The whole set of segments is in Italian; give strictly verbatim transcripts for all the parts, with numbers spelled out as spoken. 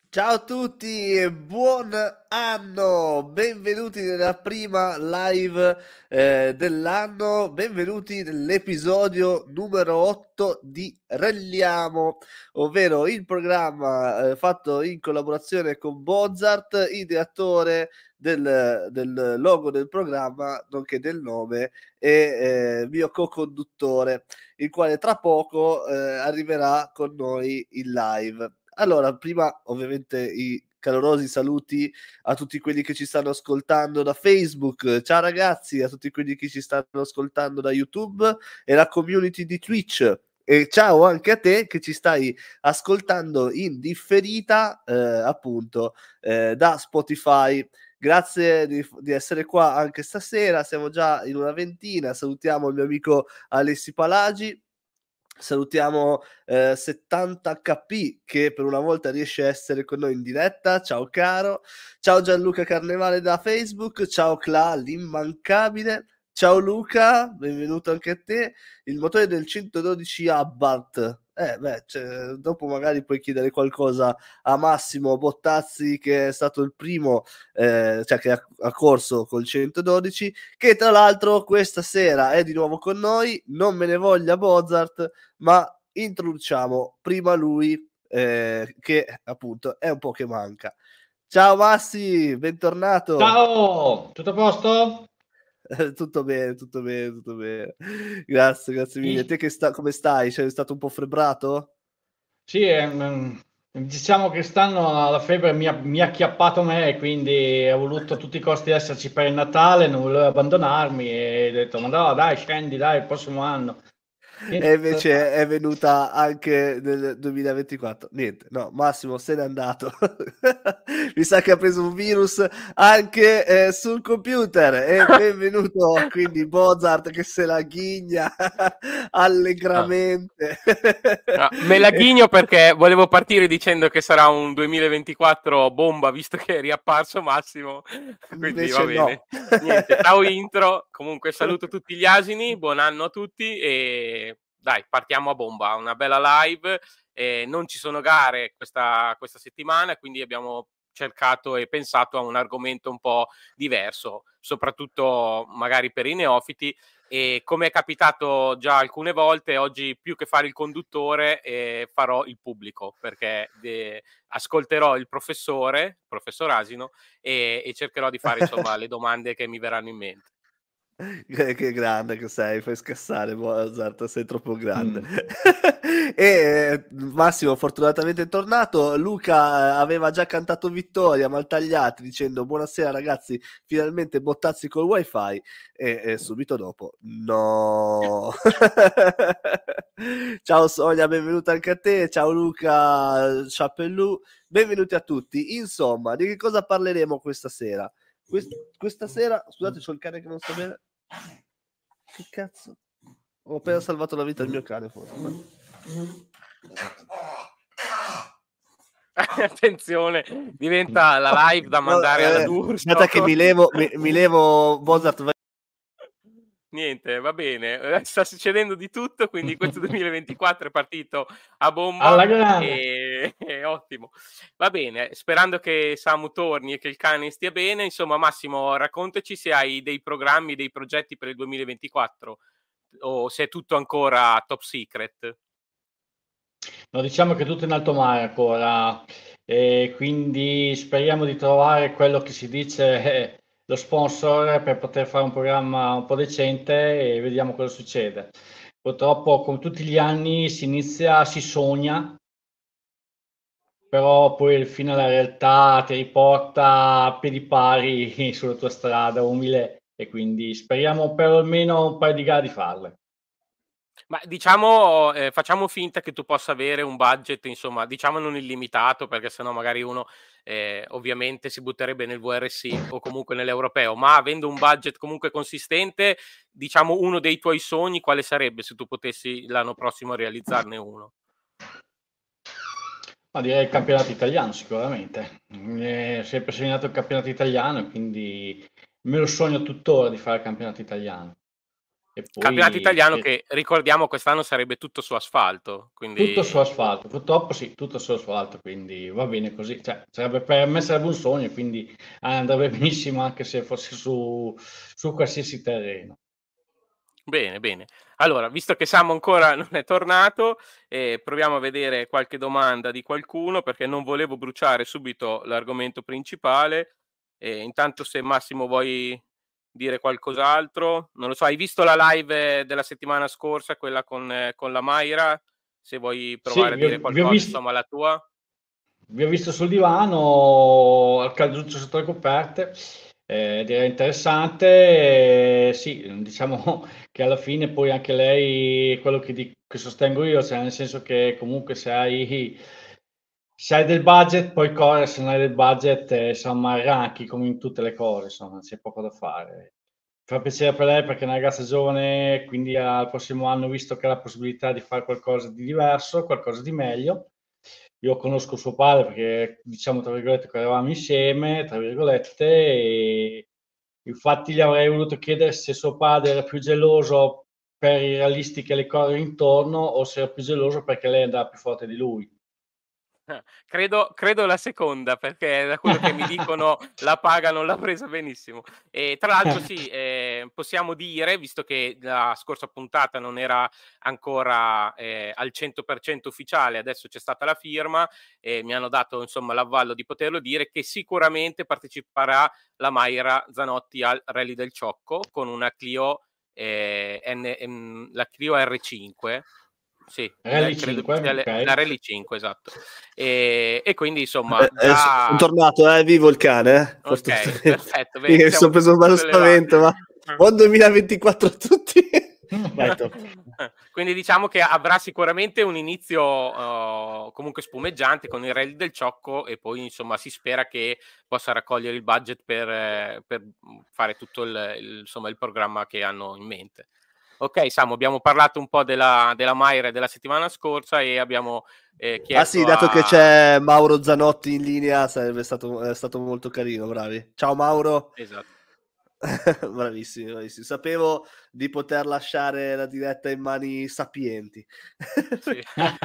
Ciao a tutti e buon anno! Benvenuti nella prima live eh, dell'anno, benvenuti nell'episodio numero otto di Relliamo, ovvero il programma eh, fatto in collaborazione con Bozart, ideatore del, del logo del programma, nonché del nome, e eh, mio co-conduttore, il quale tra poco eh, arriverà con noi in live. Allora, prima ovviamente i calorosi saluti a tutti quelli che ci stanno ascoltando da Facebook. Ciao ragazzi, a tutti quelli che ci stanno ascoltando da YouTube e la community di Twitch. E ciao anche a te che ci stai ascoltando in differita, eh, appunto, eh, da Spotify. Grazie di, di essere qua anche stasera, siamo già in una ventina. Salutiamo il mio amico Alessi Palagi. Salutiamo eh, settanta acca pi che per una volta riesce a essere con noi in diretta. Ciao caro. Ciao Gianluca Carnevale da Facebook. Ciao Cla, l'immancabile. Ciao Luca, benvenuto anche a te. Il motore del centododici Abarth. Eh, beh, cioè, dopo magari puoi chiedere qualcosa a Massimo Bottazzi, che è stato il primo, eh, cioè che ha, ha corso col centododici, che tra l'altro questa sera è di nuovo con noi. Non me ne voglia Bozart, ma introduciamo prima lui, eh, che appunto è un po' che manca. Ciao Massi, bentornato. Ciao, tutto a posto? Tutto bene, tutto bene, tutto bene. Grazie, grazie mille. Sì, Te che sta, come stai? Sei stato un po' febbrato? sì, ehm, diciamo che stanno la febbre mi ha, mi ha acchiappato me, quindi ho voluto a tutti i costi esserci per il Natale, non volevo abbandonarmi e ho detto, ma no, dai, scendi, dai, il prossimo anno. E Niente, cosa invece fare? è venuta anche nel duemilaventiquattro. Niente, no, Massimo se n'è andato. Mi sa che ha preso un virus anche eh, sul computer. E benvenuto quindi Mozart che se la ghigna Ah. allegramente. Ah, me la ghigno perché volevo partire dicendo che sarà un duemilaventiquattro bomba, visto che è riapparso Massimo, quindi va Invece bene. no. Niente, ciao intro, comunque saluto tutti gli asini, buon anno a tutti e dai, partiamo a bomba, una bella live. Eh, non ci sono gare questa, questa settimana, quindi abbiamo cercato e pensato a un argomento un po' diverso, soprattutto magari per i neofiti. E come è capitato già alcune volte, oggi più che fare il conduttore eh, farò il pubblico, perché eh, ascolterò il professore, il professor Asino, e, e cercherò di fare insomma le domande che mi verranno in mente. Che, che grande che sei, fai scassare Mozart, sei troppo grande. Mm. E eh, Massimo fortunatamente è tornato. Luca eh, aveva già cantato vittoria mal tagliati dicendo buonasera ragazzi, finalmente Bottazzi col wifi, e, e subito dopo no. Ciao Sonia, benvenuta anche a te. Ciao Luca Chapellù, benvenuti a tutti. Insomma, di che cosa parleremo questa sera? Quest- questa sera, scusate, c'ho il cane che non sta bene. Che cazzo? Ho appena salvato la vita al mio cane, forse. Attenzione, diventa la live da No, mandare alla eh, aspetta D'Urso. che mi levo, mi, mi levo Mozart. vai- Niente, va bene, eh, sta succedendo di tutto, quindi questo duemilaventiquattro è partito a bomba Alla grande. e è ottimo. Va bene, sperando che Samu torni e che il cane stia bene, insomma Massimo, raccontaci se hai dei programmi, dei progetti per il duemilaventiquattro o se è tutto ancora top secret. No, diciamo che tutto in alto mare ancora, e quindi speriamo di trovare quello che si dice eh, lo sponsor per poter fare un programma un po' decente e vediamo cosa succede. Purtroppo, come tutti gli anni, si inizia, si sogna, però poi fino alla realtà ti riporta a piedi pari sulla tua strada umile e quindi speriamo per almeno un paio di gare di farle. Ma diciamo, ehm, facciamo finta che tu possa avere un budget, insomma, diciamo non illimitato, perché sennò magari uno, ehm, ovviamente si butterebbe nel V R C o comunque nell'europeo, ma avendo un budget comunque consistente, diciamo uno dei tuoi sogni quale sarebbe se tu potessi l'anno prossimo realizzarne uno? Ma direi il campionato italiano sicuramente. Mi è sempre segnato il campionato italiano e quindi me lo sogno tuttora di fare il campionato italiano. E poi, campionato italiano sì. che ricordiamo quest'anno sarebbe tutto su asfalto, quindi... Tutto su asfalto, purtroppo sì, tutto su asfalto, quindi va bene così, cioè, sarebbe, per me sarebbe un sogno, quindi andrebbe benissimo anche se fosse su, su qualsiasi terreno. Bene, bene. Allora, visto che Samu ancora non è tornato, eh, proviamo a vedere qualche domanda di qualcuno, perché non volevo bruciare subito l'argomento principale. Eh, intanto se Massimo vuoi dire qualcos'altro, non lo so, hai visto la live della settimana scorsa, quella con, eh, con la Mayra? Se vuoi provare Sì, a vi ho, dire vi ho qualcosa, visto, insomma, la tua. vi ho visto sul divano, al calduccio sotto le coperte, eh, direi interessante, eh, sì, diciamo che alla fine poi anche lei, quello che, di- che sostengo io, cioè nel senso che comunque se hai, se hai del budget puoi correre, se non hai del budget eh, insomma arranchi come in tutte le cose, insomma c'è poco da fare. Fa piacere per lei perché è una ragazza giovane, quindi al prossimo anno, visto che ha la possibilità di fare qualcosa di diverso, qualcosa di meglio. Io conosco suo padre perché, diciamo, tra virgolette, correvamo insieme, tra virgolette, e infatti gli avrei voluto chiedere se suo padre era più geloso per i realisti che le corrono intorno o se era più geloso perché lei andava più forte di lui. Eh, Credo, credo la seconda, perché da quello che mi dicono la paga non l'ha presa benissimo. E tra l'altro sì, eh, possiamo dire, visto che la scorsa puntata non era ancora eh, al cento per cento ufficiale, adesso c'è stata la firma e mi hanno dato insomma l'avvallo di poterlo dire, che sicuramente parteciperà la Mayra Zanotti al Rally del Ciocco con una Clio, eh, N, M, la Clio R cinque. Sì, Rally credo che cinque, sia le- la ok. Rally cinque, esatto. E, e quindi insomma Eh, eh, sono già... tornato, eh, vivo il cane, eh, Ok, fortunatamente. perfetto, bene, Mi sono siamo preso un tutti bello sollevati. spavento, ma buon duemilaventiquattro a tutti. Vai, tocca. Quindi diciamo che avrà sicuramente un inizio uh, comunque spumeggiante con il Rally del Ciocco e poi insomma si spera che possa raccogliere il budget per, eh, per fare tutto il, il, insomma, il programma che hanno in mente. Ok, Samu, abbiamo parlato un po' della, della Mayra della settimana scorsa e abbiamo eh, Ah sì, chiesto dato che a... c'è Mauro Zanotti in linea, sarebbe stato, è stato molto carino, bravi. Ciao Mauro. Esatto. Bravissimi, bravissimi. Sapevo di poter lasciare la diretta in mani sapienti. Sì.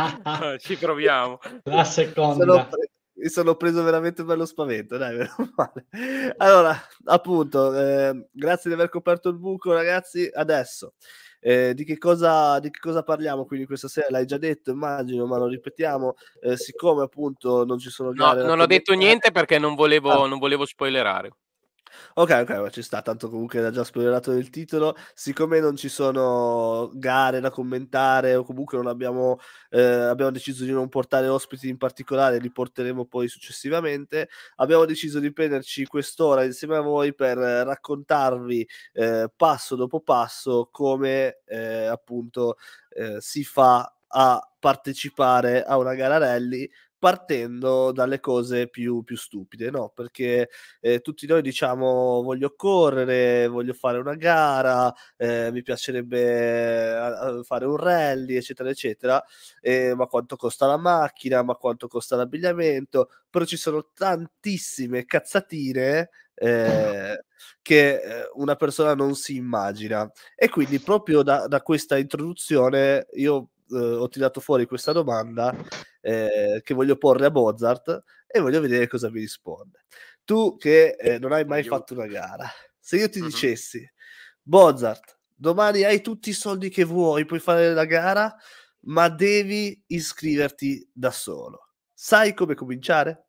Ci proviamo. La Sono seconda. pre- mi sono preso veramente per lo spavento, dai, meno male. Allora, appunto, eh, grazie di aver coperto il buco, ragazzi. Adesso, eh, di, che cosa, di che cosa parliamo quindi questa sera? L'hai già detto, immagino, ma lo ripetiamo. Eh, siccome appunto non ci sono No, gare da non ho detto commentare. niente perché non Ah, volevo, non volevo spoilerare. ok, ok, ma ci sta, tanto comunque era già spoilerato nel titolo. Siccome non ci sono gare da commentare o comunque non abbiamo, eh, abbiamo deciso di non portare ospiti in particolare, li porteremo poi successivamente, abbiamo deciso di prenderci quest'ora insieme a voi per eh, raccontarvi eh, passo dopo passo come eh, appunto eh, si fa a partecipare a una gara rally partendo dalle cose più, più stupide, no? Perché eh, tutti noi diciamo voglio correre, voglio fare una gara, eh, mi piacerebbe eh, fare un rally, eccetera, eccetera, eh, ma quanto costa la macchina, ma quanto costa l'abbigliamento, però ci sono tantissime cazzatine eh, che eh, una persona non si immagina. E quindi proprio da, da questa introduzione io eh, ho tirato fuori questa domanda eh, che voglio porre a Mozart e voglio vedere cosa mi risponde. Tu che eh, non hai mai Aiuto. fatto una gara, se io ti Mhm. dicessi, Mozart, domani hai tutti i soldi che vuoi, puoi fare la gara, ma devi iscriverti da solo. Sai come cominciare?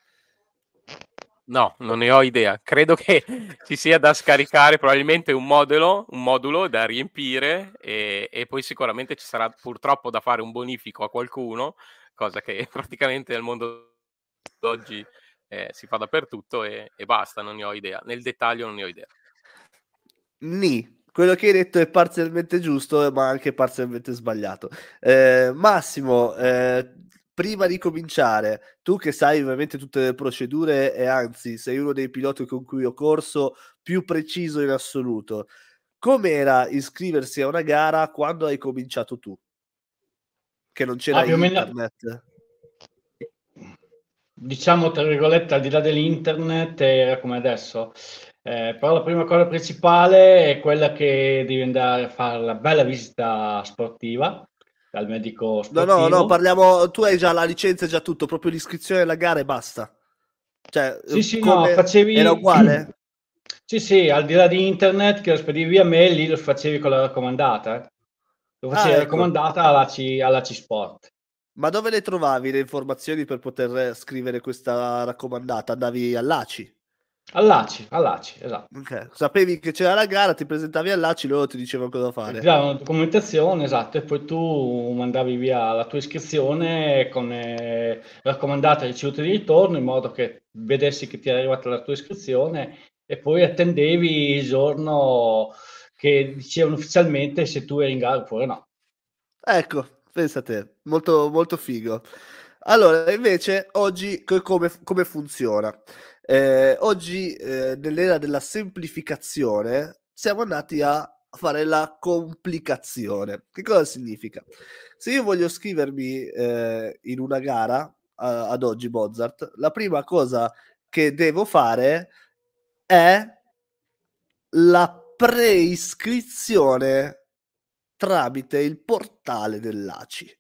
No, non ne ho idea. Credo che ci sia da scaricare probabilmente un modulo, un modulo da riempire e, e poi sicuramente ci sarà purtroppo da fare un bonifico a qualcuno, cosa che praticamente nel mondo d'oggi eh, si fa dappertutto e, e basta, non ne ho idea. Nel dettaglio non ne ho idea. Ni. Quello che hai detto è parzialmente giusto, ma anche parzialmente sbagliato. Eh, Massimo, eh, prima di cominciare, tu che sai ovviamente tutte le procedure e anzi sei uno dei piloti con cui ho corso più preciso in assoluto, com'era iscriversi a una gara quando hai cominciato tu? Che non c'era Ah, più o meno, internet? diciamo tra virgolette, al di là dell'internet era come adesso. Eh, però la prima cosa principale è quella che devi andare a fare la bella visita sportiva dal medico No, no, no, sportivo. parliamo, tu hai già la licenza e già tutto, proprio l'iscrizione alla gara e basta. Cioè, Sì, eh, sì, no, come era facevi... uguale? Sì, sì, al di là di internet che lo spedivi via mail, lì lo facevi con la raccomandata. eh. Lo facevi Ah, ecco. raccomandata alla C, alla C-Sport. Ma dove le trovavi le informazioni per poter scrivere questa raccomandata? Andavi all'A C I? All'A C I, all'A C I, esatto. Ok. Sapevi che c'era la gara, ti presentavi all'A C I, loro ti dicevano cosa Ti fare. davano la documentazione, esatto, e poi tu mandavi via la tua iscrizione con eh, raccomandata ricevuta di ritorno in modo che vedessi che ti era arrivata la tua iscrizione e poi attendevi il giorno che dicevano ufficialmente se tu eri in gara oppure no. Ecco, pensa te, molto, molto figo. Allora, invece, oggi co- come, come funziona? Eh, oggi, eh, nell'era della semplificazione, siamo andati a fare la complicazione. Che cosa significa? Se io voglio iscrivermi eh, in una gara a- ad oggi Mozart, la prima cosa che devo fare è la preiscrizione tramite il portale dell'A C I.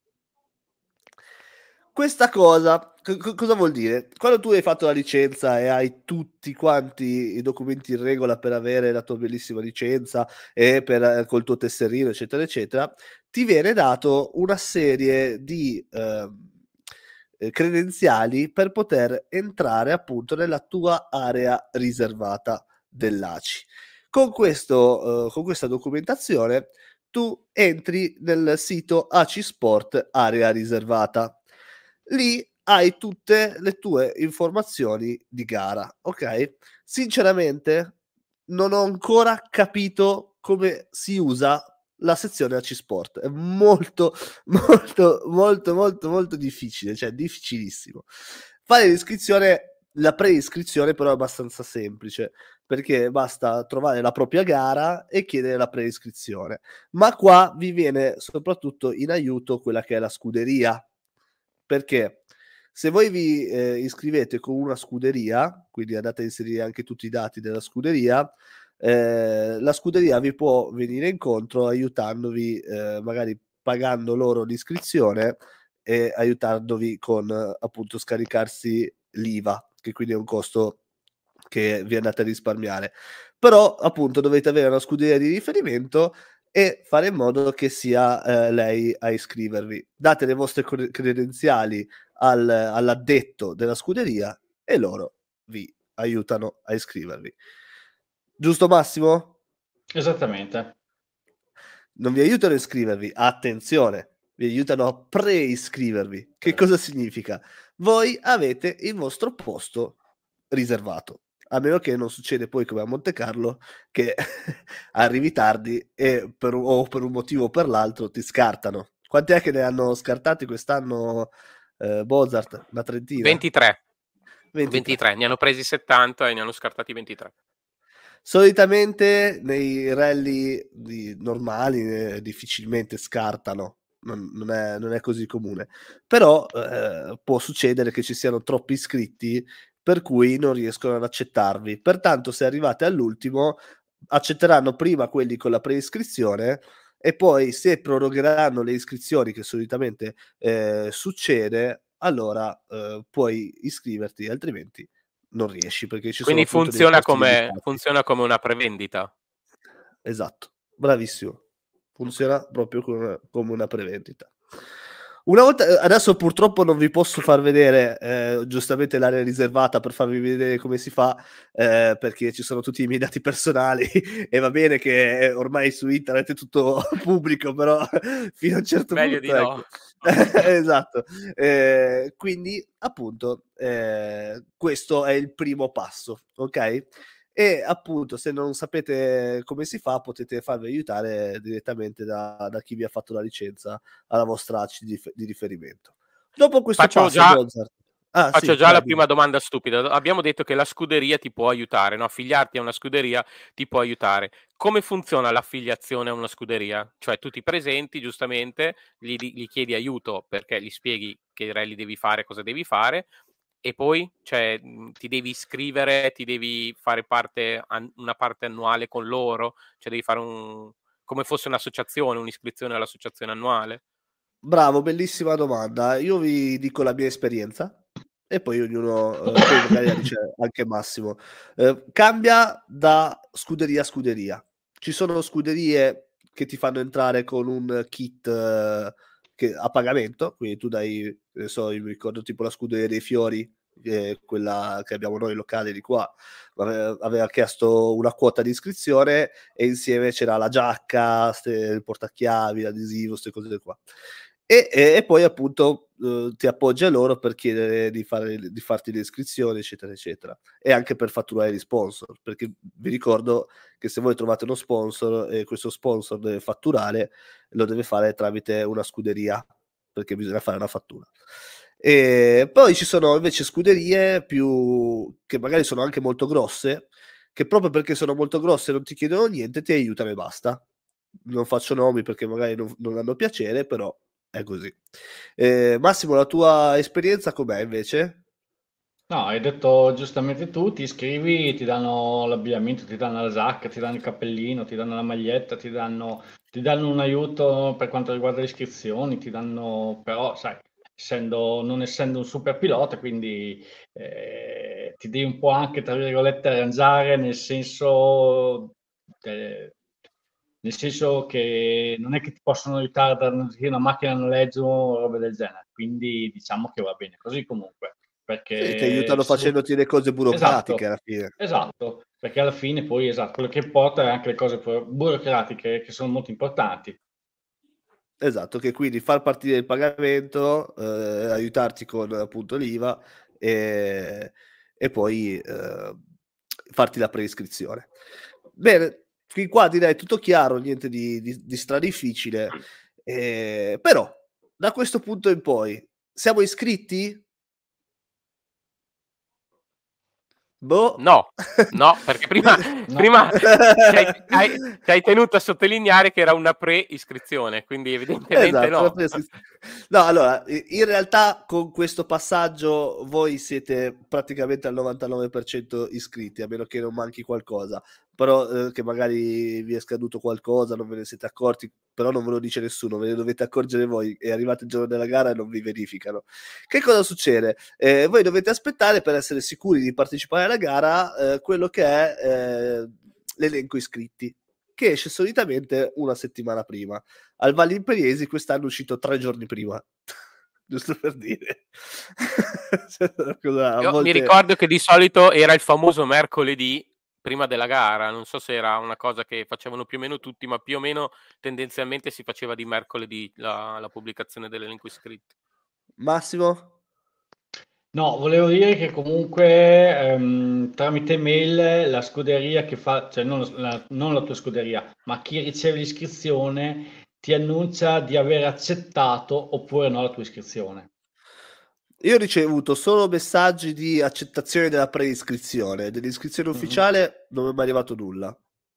Questa cosa co- co- cosa vuol dire? Quando tu hai fatto la licenza e hai tutti quanti i documenti in regola per avere la tua bellissima licenza e per, eh, col tuo tesserino, eccetera, eccetera, ti viene dato una serie di ehm, eh, credenziali per poter entrare appunto nella tua area riservata dell'A C I. Con questo, eh, con questa documentazione tu entri nel sito A C I Sport area riservata. Lì hai tutte le tue informazioni di gara, ok? Sinceramente non ho ancora capito come si usa la sezione A C I Sport. È molto, molto, molto, molto, molto difficile, cioè difficilissimo. Fare l'iscrizione, la preiscrizione però è abbastanza semplice, perché basta trovare la propria gara e chiedere la preiscrizione. Ma qua vi viene soprattutto in aiuto quella che è la scuderia, perché se voi vi eh, iscrivete con una scuderia, quindi andate a inserire anche tutti i dati della scuderia, eh, la scuderia vi può venire incontro aiutandovi, eh, magari pagando loro l'iscrizione e aiutandovi con eh, appunto scaricarsi l'I V A, che quindi è un costo che vi andate a risparmiare. Però appunto dovete avere una scuderia di riferimento e fare in modo che sia eh, lei a iscrivervi. Date le vostre cre- credenziali al, all'addetto della scuderia e loro vi aiutano a iscrivervi. Giusto Massimo? Esattamente. Non vi aiutano a iscrivervi, attenzione, vi aiutano a pre-iscrivervi. Che cosa significa? Voi avete il vostro posto riservato, a meno che non succede poi come a Monte Carlo che arrivi tardi e per un, o per un motivo o per l'altro ti scartano. Quanti è che ne hanno scartati quest'anno eh, Mozart? Una trentina? ventitré. ventitré. ventitré, ne hanno presi settanta e ne hanno scartati ventitré. Solitamente nei rally di- normali eh, difficilmente scartano, non, non è, non è così comune, però eh, può succedere che ci siano troppi iscritti per cui non riescono ad accettarvi. Pertanto se arrivate all'ultimo accetteranno prima quelli con la preiscrizione e poi se prorogheranno le iscrizioni, che solitamente eh, succede, allora eh, puoi iscriverti, altrimenti non riesci perché ci sono Quindi appunto dei funziona posti come, limitati. funziona come una prevendita. Esatto, bravissimo. Funziona proprio come, come una prevendita. Una volta, adesso purtroppo non vi posso far vedere eh, giustamente l'area riservata per farvi vedere come si fa, eh, perché ci sono tutti i miei dati personali e va bene che ormai su internet è tutto pubblico, però fino a un certo Meglio punto, di no. ecco. Esatto. Eh, quindi, appunto, eh, questo è il primo passo, ok? E appunto, se non sapete come si fa, potete farvi aiutare direttamente da, da chi vi ha fatto la licenza alla vostra A C I di, di riferimento. Dopo questo Faccio passo, già, Mozart. Ah, faccio sì, già la vai, dimmi. prima domanda stupida. Abbiamo detto che la scuderia ti può aiutare, no? Affiliarti a una scuderia ti può aiutare. Come funziona l'affiliazione a una scuderia? Cioè tu ti presenti giustamente, gli, di- gli chiedi aiuto perché gli spieghi che rally devi fare, cosa devi fare, E poi? Cioè, mhmm, ti devi iscrivere, ti devi fare parte an una parte annuale con loro? Cioè devi fare un come fosse un'associazione, un'iscrizione all'associazione annuale? Bravo, bellissima domanda. Io vi dico la mia esperienza e poi ognuno ehm, poi magari la dice anche Massimo. Ehm, cambia da scuderia a scuderia. Ci sono scuderie che ti fanno entrare con un kit eh, che a pagamento, quindi tu dai, che ne so, io mi ricordo tipo la scuderia dei fiori, ehm, quella che abbiamo noi locale di qua, ave aveva chiesto una quota di iscrizione e insieme c'era la giacca, ste il portachiavi, l'adesivo, 'ste cose qua. E e e poi appunto, uhm, ti appoggi a loro per chiedere di fare l di farti le iscrizioni, eccetera, eccetera. E anche per fatturare gli sponsor, perché vi ricordo che se voi trovate uno sponsor e questo sponsor deve fatturare, lo deve fare tramite una scuderia, perché bisogna fare una fattura. E poi ci sono invece scuderie più che magari sono anche molto grosse, che proprio perché sono molto grosse e non ti chiedono niente, ti aiutano e basta. Non faccio nomi perché magari non f non hanno piacere, però è così. Ehm, Massimo, la tua esperienza com'è invece? No, hai detto giustamente tu, ti iscrivi, ti danno l'abbigliamento, ti danno la giacca, ti danno il cappellino, ti danno la maglietta, ti danno, ti danno un aiuto per quanto riguarda le iscrizioni, ti danno, però, sai, essendo, non essendo un super pilota, quindi eh, ti devi un po' anche, tra virgolette, arrangiare, nel senso, eh, nel senso che non è che ti possono aiutare a darti una macchina a noleggio o robe del genere, quindi diciamo che va bene così comunque. Sì, ti Perché aiutano su facendoti le cose burocratiche esatto, alla fine. esatto, perché alla fine poi esatto, quello che importa è anche le cose pro burocratiche che sono molto importanti. Esatto, che quindi far partire il pagamento, ehm, aiutarti con appunto l'I V A, ehm, e poi, ehm, farti la preiscrizione. Bene, fin qua direi tutto chiaro, niente di di di stra difficile, ehm, però da questo punto in poi siamo iscritti? Boh. No, no, perché Qui prima No. prima ci hai hai ci hai tenuto a sottolineare che era una pre-iscrizione, quindi evidentemente Esatto, la no. preiscris no, allora, i in realtà con questo passaggio voi siete praticamente al novantanove per cento iscritti, a meno che non manchi qualcosa, però, uhm, che magari vi è scaduto qualcosa, non ve ne siete accorti, però non ve lo dice nessuno, ve ne dovete accorgere voi e arrivate il giorno della gara e non vi verificano. Che cosa succede? Ehm, voi dovete aspettare per essere sicuri di partecipare alla gara, ehm, quello che è, ehm, l'elenco iscritti, che esce solitamente una settimana prima. Al Valle Imperiesi quest'anno è uscito tre giorni prima, giusto per dire. Cioè una cosa a Io mi volte ricordo che di solito era il famoso mercoledì prima della gara, non so se era una cosa che facevano più o meno tutti, ma più o meno tendenzialmente si faceva di mercoledì la la pubblicazione dell'elenco iscritti. Massimo? No, volevo dire che comunque ehm, tramite mail la scuderia che fa, cioè non la, non la tua scuderia, ma chi riceve l'iscrizione ti annuncia di aver accettato oppure no la tua iscrizione. Io ho ricevuto solo messaggi di accettazione della preiscrizione, dell'iscrizione Mhm, ufficiale non mi è mai arrivato nulla.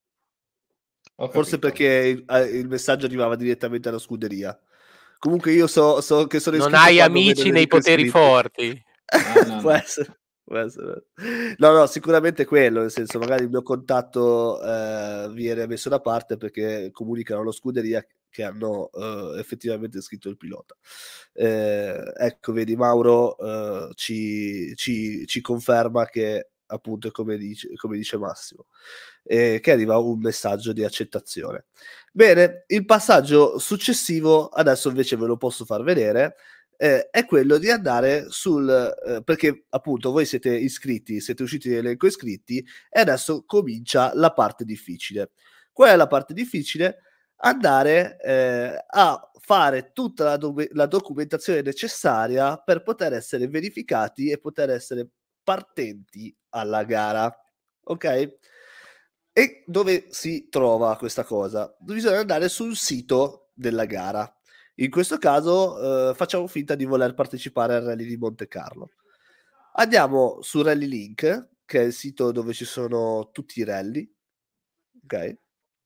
ho Forse capito. perché il a il messaggio arrivava direttamente alla scuderia. Comunque io so so che sono Non iscritto hai quando vedo amici nei l'elenco poteri iscritti. forti. No, no, Può no. essere, può essere. No, no, sicuramente quello, nel senso magari il mio contatto, ehm, viene messo da parte perché comunicano alla scuderia che hanno, uhm, effettivamente iscritto il pilota. Ehm, ecco vedi Mauro, uhm, ci ci ci conferma che appunto è come dice come dice Massimo, ehm, che arriva un messaggio di accettazione. Bene, il passaggio successivo adesso invece ve lo posso far vedere, ehm, è quello di andare sul ehm, perché appunto voi siete iscritti, siete usciti dall'elenco iscritti e adesso comincia la parte difficile. Qual è la parte difficile? Andare, ehm, a fare tutta la dove la documentazione necessaria per poter essere verificati e poter essere partenti alla gara, okay? E dove si trova questa cosa? Bisogna andare sul sito della gara. In questo caso, uhm, facciamo finta di voler partecipare al Rally di Montecarlo. Andiamo su Rally Link, che è il sito dove ci sono tutti i rally, okay,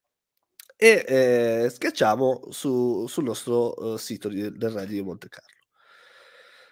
e, ehm, schiacciamo su sul nostro, uhm, sito di del Rally di Montecarlo.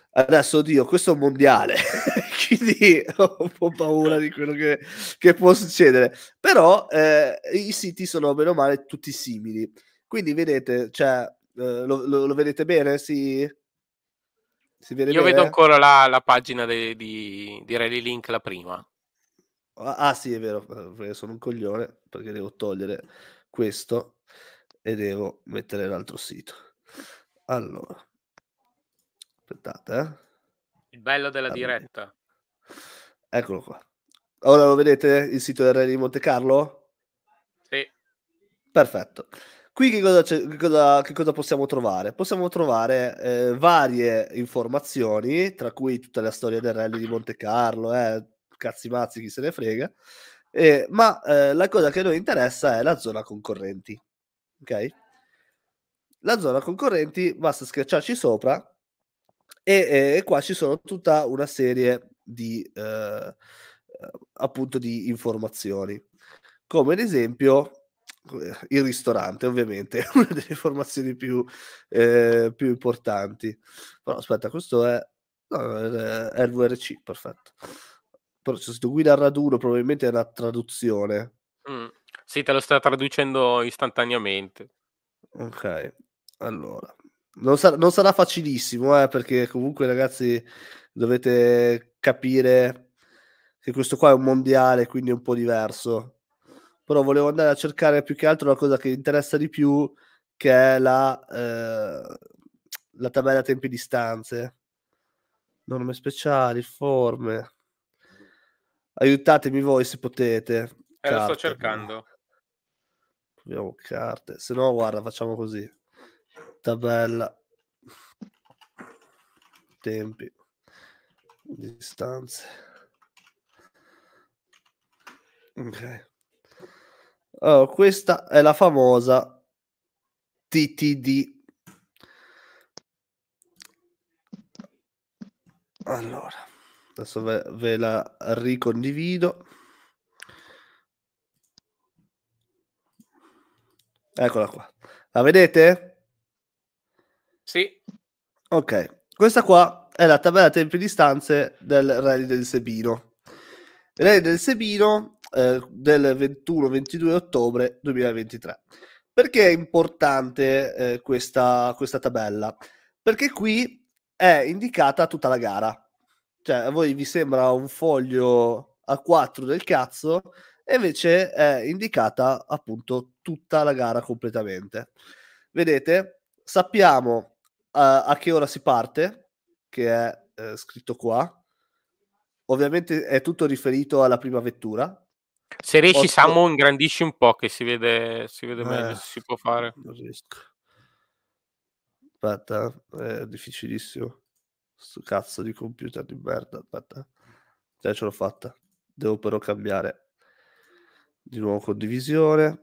Adesso, oddio, questo è un mondiale, quindi ho un po' paura di quello che, che può succedere. Però eh, i siti sono bene o male tutti simili. Quindi vedete, cioè, eh, lo, lo, lo vedete bene? Si, si vede Io bene? vedo ancora la, la pagina de, di, di Rally Link, la prima. Ah, ah, sì, è vero, perché sono un coglione, perché devo togliere questo e devo mettere l'altro sito. Allora, aspettate, eh. Il bello della Allora. diretta. Eccolo qua. Ora lo vedete il sito del Re di Monte Carlo? Sì. Perfetto. Qui che cosa, c'è, che cosa, che cosa possiamo trovare? Possiamo trovare eh, varie informazioni, tra cui tutta la storia del Rally di Monte Carlo, eh, cazzi mazzi, chi se ne frega, eh, ma eh, la cosa che a noi interessa è la zona concorrenti. Ok? La zona concorrenti, basta schiacciarci sopra e, e qua ci sono tutta una serie di eh, appunto di informazioni, come ad esempio il ristorante, ovviamente una delle informazioni più, eh, più importanti. Però aspetta, questo è, no, è il V R C, perfetto. Però c'è scritto guida al raduno, probabilmente è una traduzione. Mm. Sì, te lo sta traducendo istantaneamente. Ok, allora non, sar- non sarà facilissimo, eh, perché comunque ragazzi dovete capire che questo qua è un mondiale, quindi è un po' diverso. Però volevo andare a cercare più che altro la cosa che interessa di più, che è la, eh, la tabella tempi e distanze. Norme speciali, forme. Aiutatemi voi se potete. Eh, lo sto Carte. cercando. Proviamo carte. Se no, guarda, facciamo così. Tabella. Tempi. Distanze. Ok. Allora, questa è la famosa T T D. Allora, adesso ve, ve la ricondivido. Eccola qua. La vedete? Sì. Ok. Questa qua è la tabella tempi e distanze del Rally del Sebino. Il Rally del Sebino eh, del ventuno ventidue ottobre duemilaventitré. Perché è importante eh, questa, questa tabella? Perché qui è indicata tutta la gara. Cioè, a voi vi sembra un foglio A quattro del cazzo, e invece è indicata appunto tutta la gara completamente. Vedete? Sappiamo uh, a che ora si parte, che è eh, scritto qua. Ovviamente è tutto riferito alla prima vettura. Se riesci, Otto... Samu, ingrandisci un po', che si vede, si vede eh, meglio se si può fare. Non riesco. Aspetta, è difficilissimo. Sto cazzo di computer di merda. Aspetta, già ce l'ho fatta. Devo però cambiare di nuovo condivisione.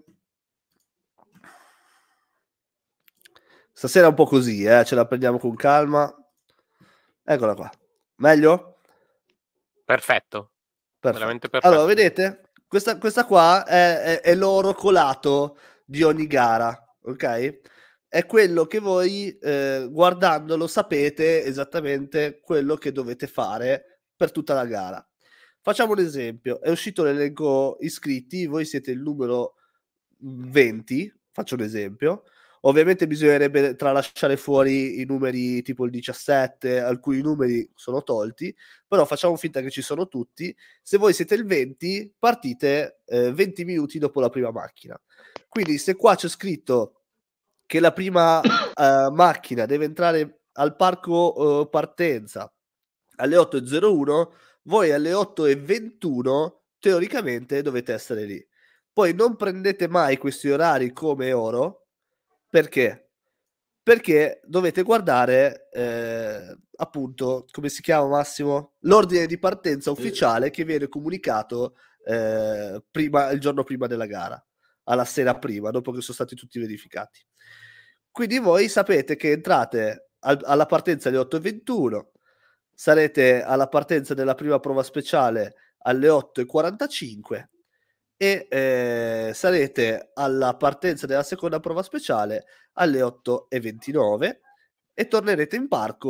Stasera è un po' così, eh? Ce la prendiamo con calma. Eccola qua. Meglio? Perfetto. Perfetto. Veramente perfetto. Allora, vedete? Questa, questa qua è, è, è l'oro colato di ogni gara, ok? È quello che voi, eh, guardandolo, sapete esattamente quello che dovete fare per tutta la gara. Facciamo un esempio. È uscito l'elenco iscritti, voi siete il numero venti, faccio un esempio. Ovviamente bisognerebbe tralasciare fuori i numeri tipo il diciassette, alcuni numeri sono tolti, però facciamo finta che ci sono tutti. Se voi siete il venti, partite eh, venti minuti dopo la prima macchina. Quindi se qua c'è scritto che la prima eh, macchina deve entrare al parco eh, partenza alle otto e zero uno, voi alle otto e ventuno teoricamente dovete essere lì. Poi non prendete mai questi orari come oro. Perché? Perché dovete guardare eh, appunto, come si chiama Massimo? L'ordine di partenza ufficiale che viene comunicato eh, prima, il giorno prima della gara, alla sera prima, dopo che sono stati tutti verificati. Quindi voi sapete che entrate al, alla partenza alle otto e ventuno, sarete alla partenza della prima prova speciale alle otto e quarantacinque e eh, sarete alla partenza della seconda prova speciale alle otto e ventinove e tornerete in parco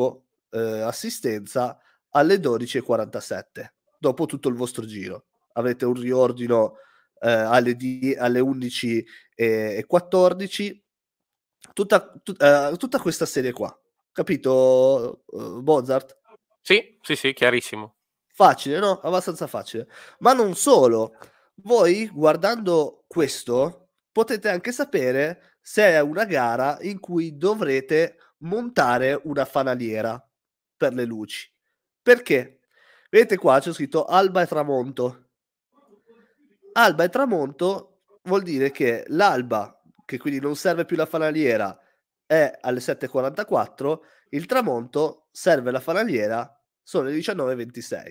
eh, assistenza alle dodici e quarantasette, dopo tutto il vostro giro. Avrete un riordino eh, alle, die- alle undici e quattordici, tutta, tut- eh, tutta questa serie qua. Capito, uh, Mozart? Sì, sì, sì, chiarissimo. Facile, no? Abbastanza facile. Ma non solo. Voi, guardando questo, potete anche sapere se è una gara in cui dovrete montare una fanaliera per le luci. Perché? Vedete qua, c'è scritto alba e tramonto. Alba e tramonto vuol dire che l'alba, che quindi non serve più la fanaliera, è alle sette e quarantaquattro, il tramonto serve la fanaliera, sono le diciannove e ventisei.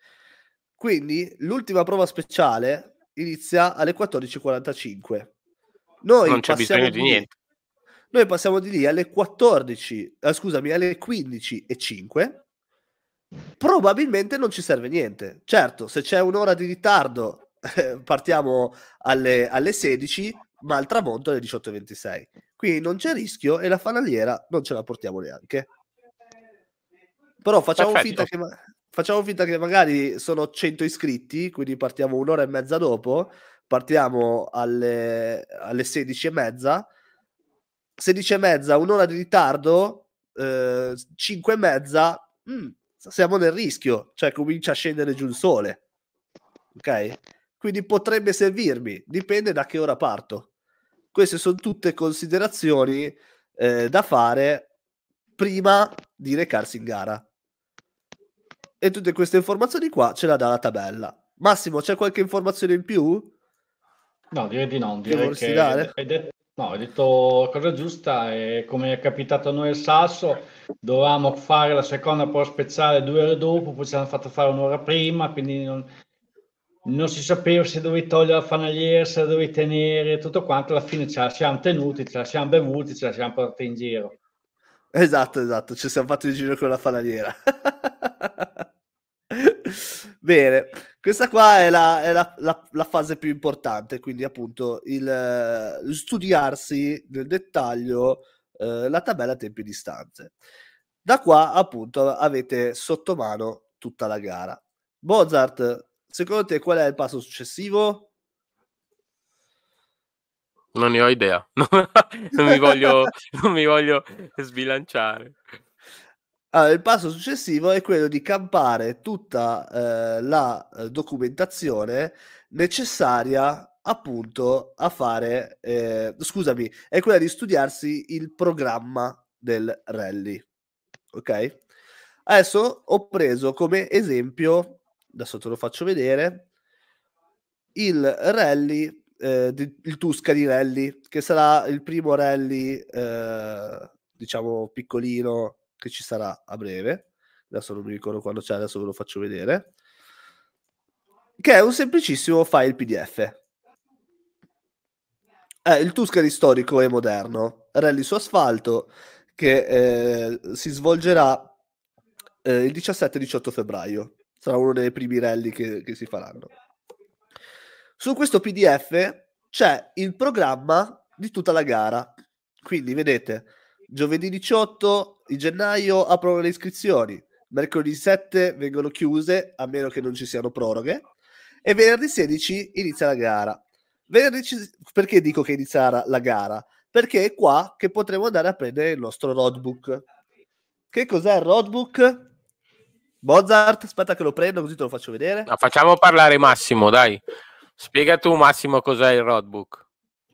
Quindi l'ultima prova speciale inizia alle quattordici e quarantacinque. Noi non c'è passiamo bisogno di di lì, niente. Noi passiamo di lì alle quattordici, eh, scusami, alle quindici e cinque. Probabilmente non ci serve niente. Certo, se c'è un'ora di ritardo, eh, partiamo alle, alle sedici, ma al tramonto alle diciotto e ventisei. Quindi non c'è rischio e la fanaliera non ce la portiamo neanche. Però facciamo finta, che, facciamo finta che magari sono cento iscritti, quindi partiamo un'ora e mezza dopo, partiamo alle, alle sedici e mezza, sedici e mezza, un'ora di ritardo, eh, cinque e mezza, mh, siamo nel rischio, cioè comincia a scendere giù il sole, ok? Quindi potrebbe servirmi, dipende da che ora parto. Queste sono tutte considerazioni eh, da fare prima di recarsi in gara. E tutte queste informazioni qua ce la dà la tabella. Massimo, c'è qualche informazione in più? No, direi di no, Che direi vorresti che dare? hai detto, no, hai detto cosa giusta, e come è capitato a noi al Sasso, dovevamo fare la seconda prova speciale due ore dopo, poi ci hanno fatto fare un'ora prima, quindi non, non si sapeva se dovevi togliere la fanaliera, se la dovevi tenere, tutto quanto. Alla fine ce la siamo tenuti, ce la siamo bevuti, ce la siamo portati in giro. Esatto, esatto, ci siamo fatti il giro con la fanaliera. Bene, questa qua è, la, è la, la, la fase più importante, quindi appunto il uh, studiarsi nel dettaglio uh, la tabella tempi e distanze. Da qua appunto avete sotto mano tutta la gara. Mozart, secondo te qual è il passo successivo? Non ne ho idea, non mi voglio, non mi voglio sbilanciare. Allora, il passo successivo è quello di campare tutta eh, la eh, documentazione necessaria appunto a fare, eh, scusami, è quella di studiarsi il programma del rally. Ok? Adesso ho preso come esempio, adesso te lo faccio vedere, il rally, eh, di, il Tuscany Rally, che sarà il primo rally, eh, diciamo, piccolino che ci sarà a breve. Adesso non mi ricordo quando c'è, adesso ve lo faccio vedere. Che è un semplicissimo file P D F. È il Tuscany storico e moderno, rally su asfalto, che eh, si svolgerà eh, il diciassette diciotto febbraio. Sarà uno dei primi rally che, che si faranno. Su questo P D F c'è il programma di tutta la gara. Quindi vedete, giovedì diciotto di gennaio aprono le iscrizioni, mercoledì sette vengono chiuse, a meno che non ci siano proroghe, e venerdì sedici inizia la gara. Venerdì, perché dico che inizierà la gara? Perché è qua che potremo andare a prendere il nostro roadbook. Che cos'è il roadbook? Mozart, aspetta che lo prendo così te lo faccio vedere. No, facciamo parlare Massimo, dai. Spiega tu, Massimo, cos'è il roadbook.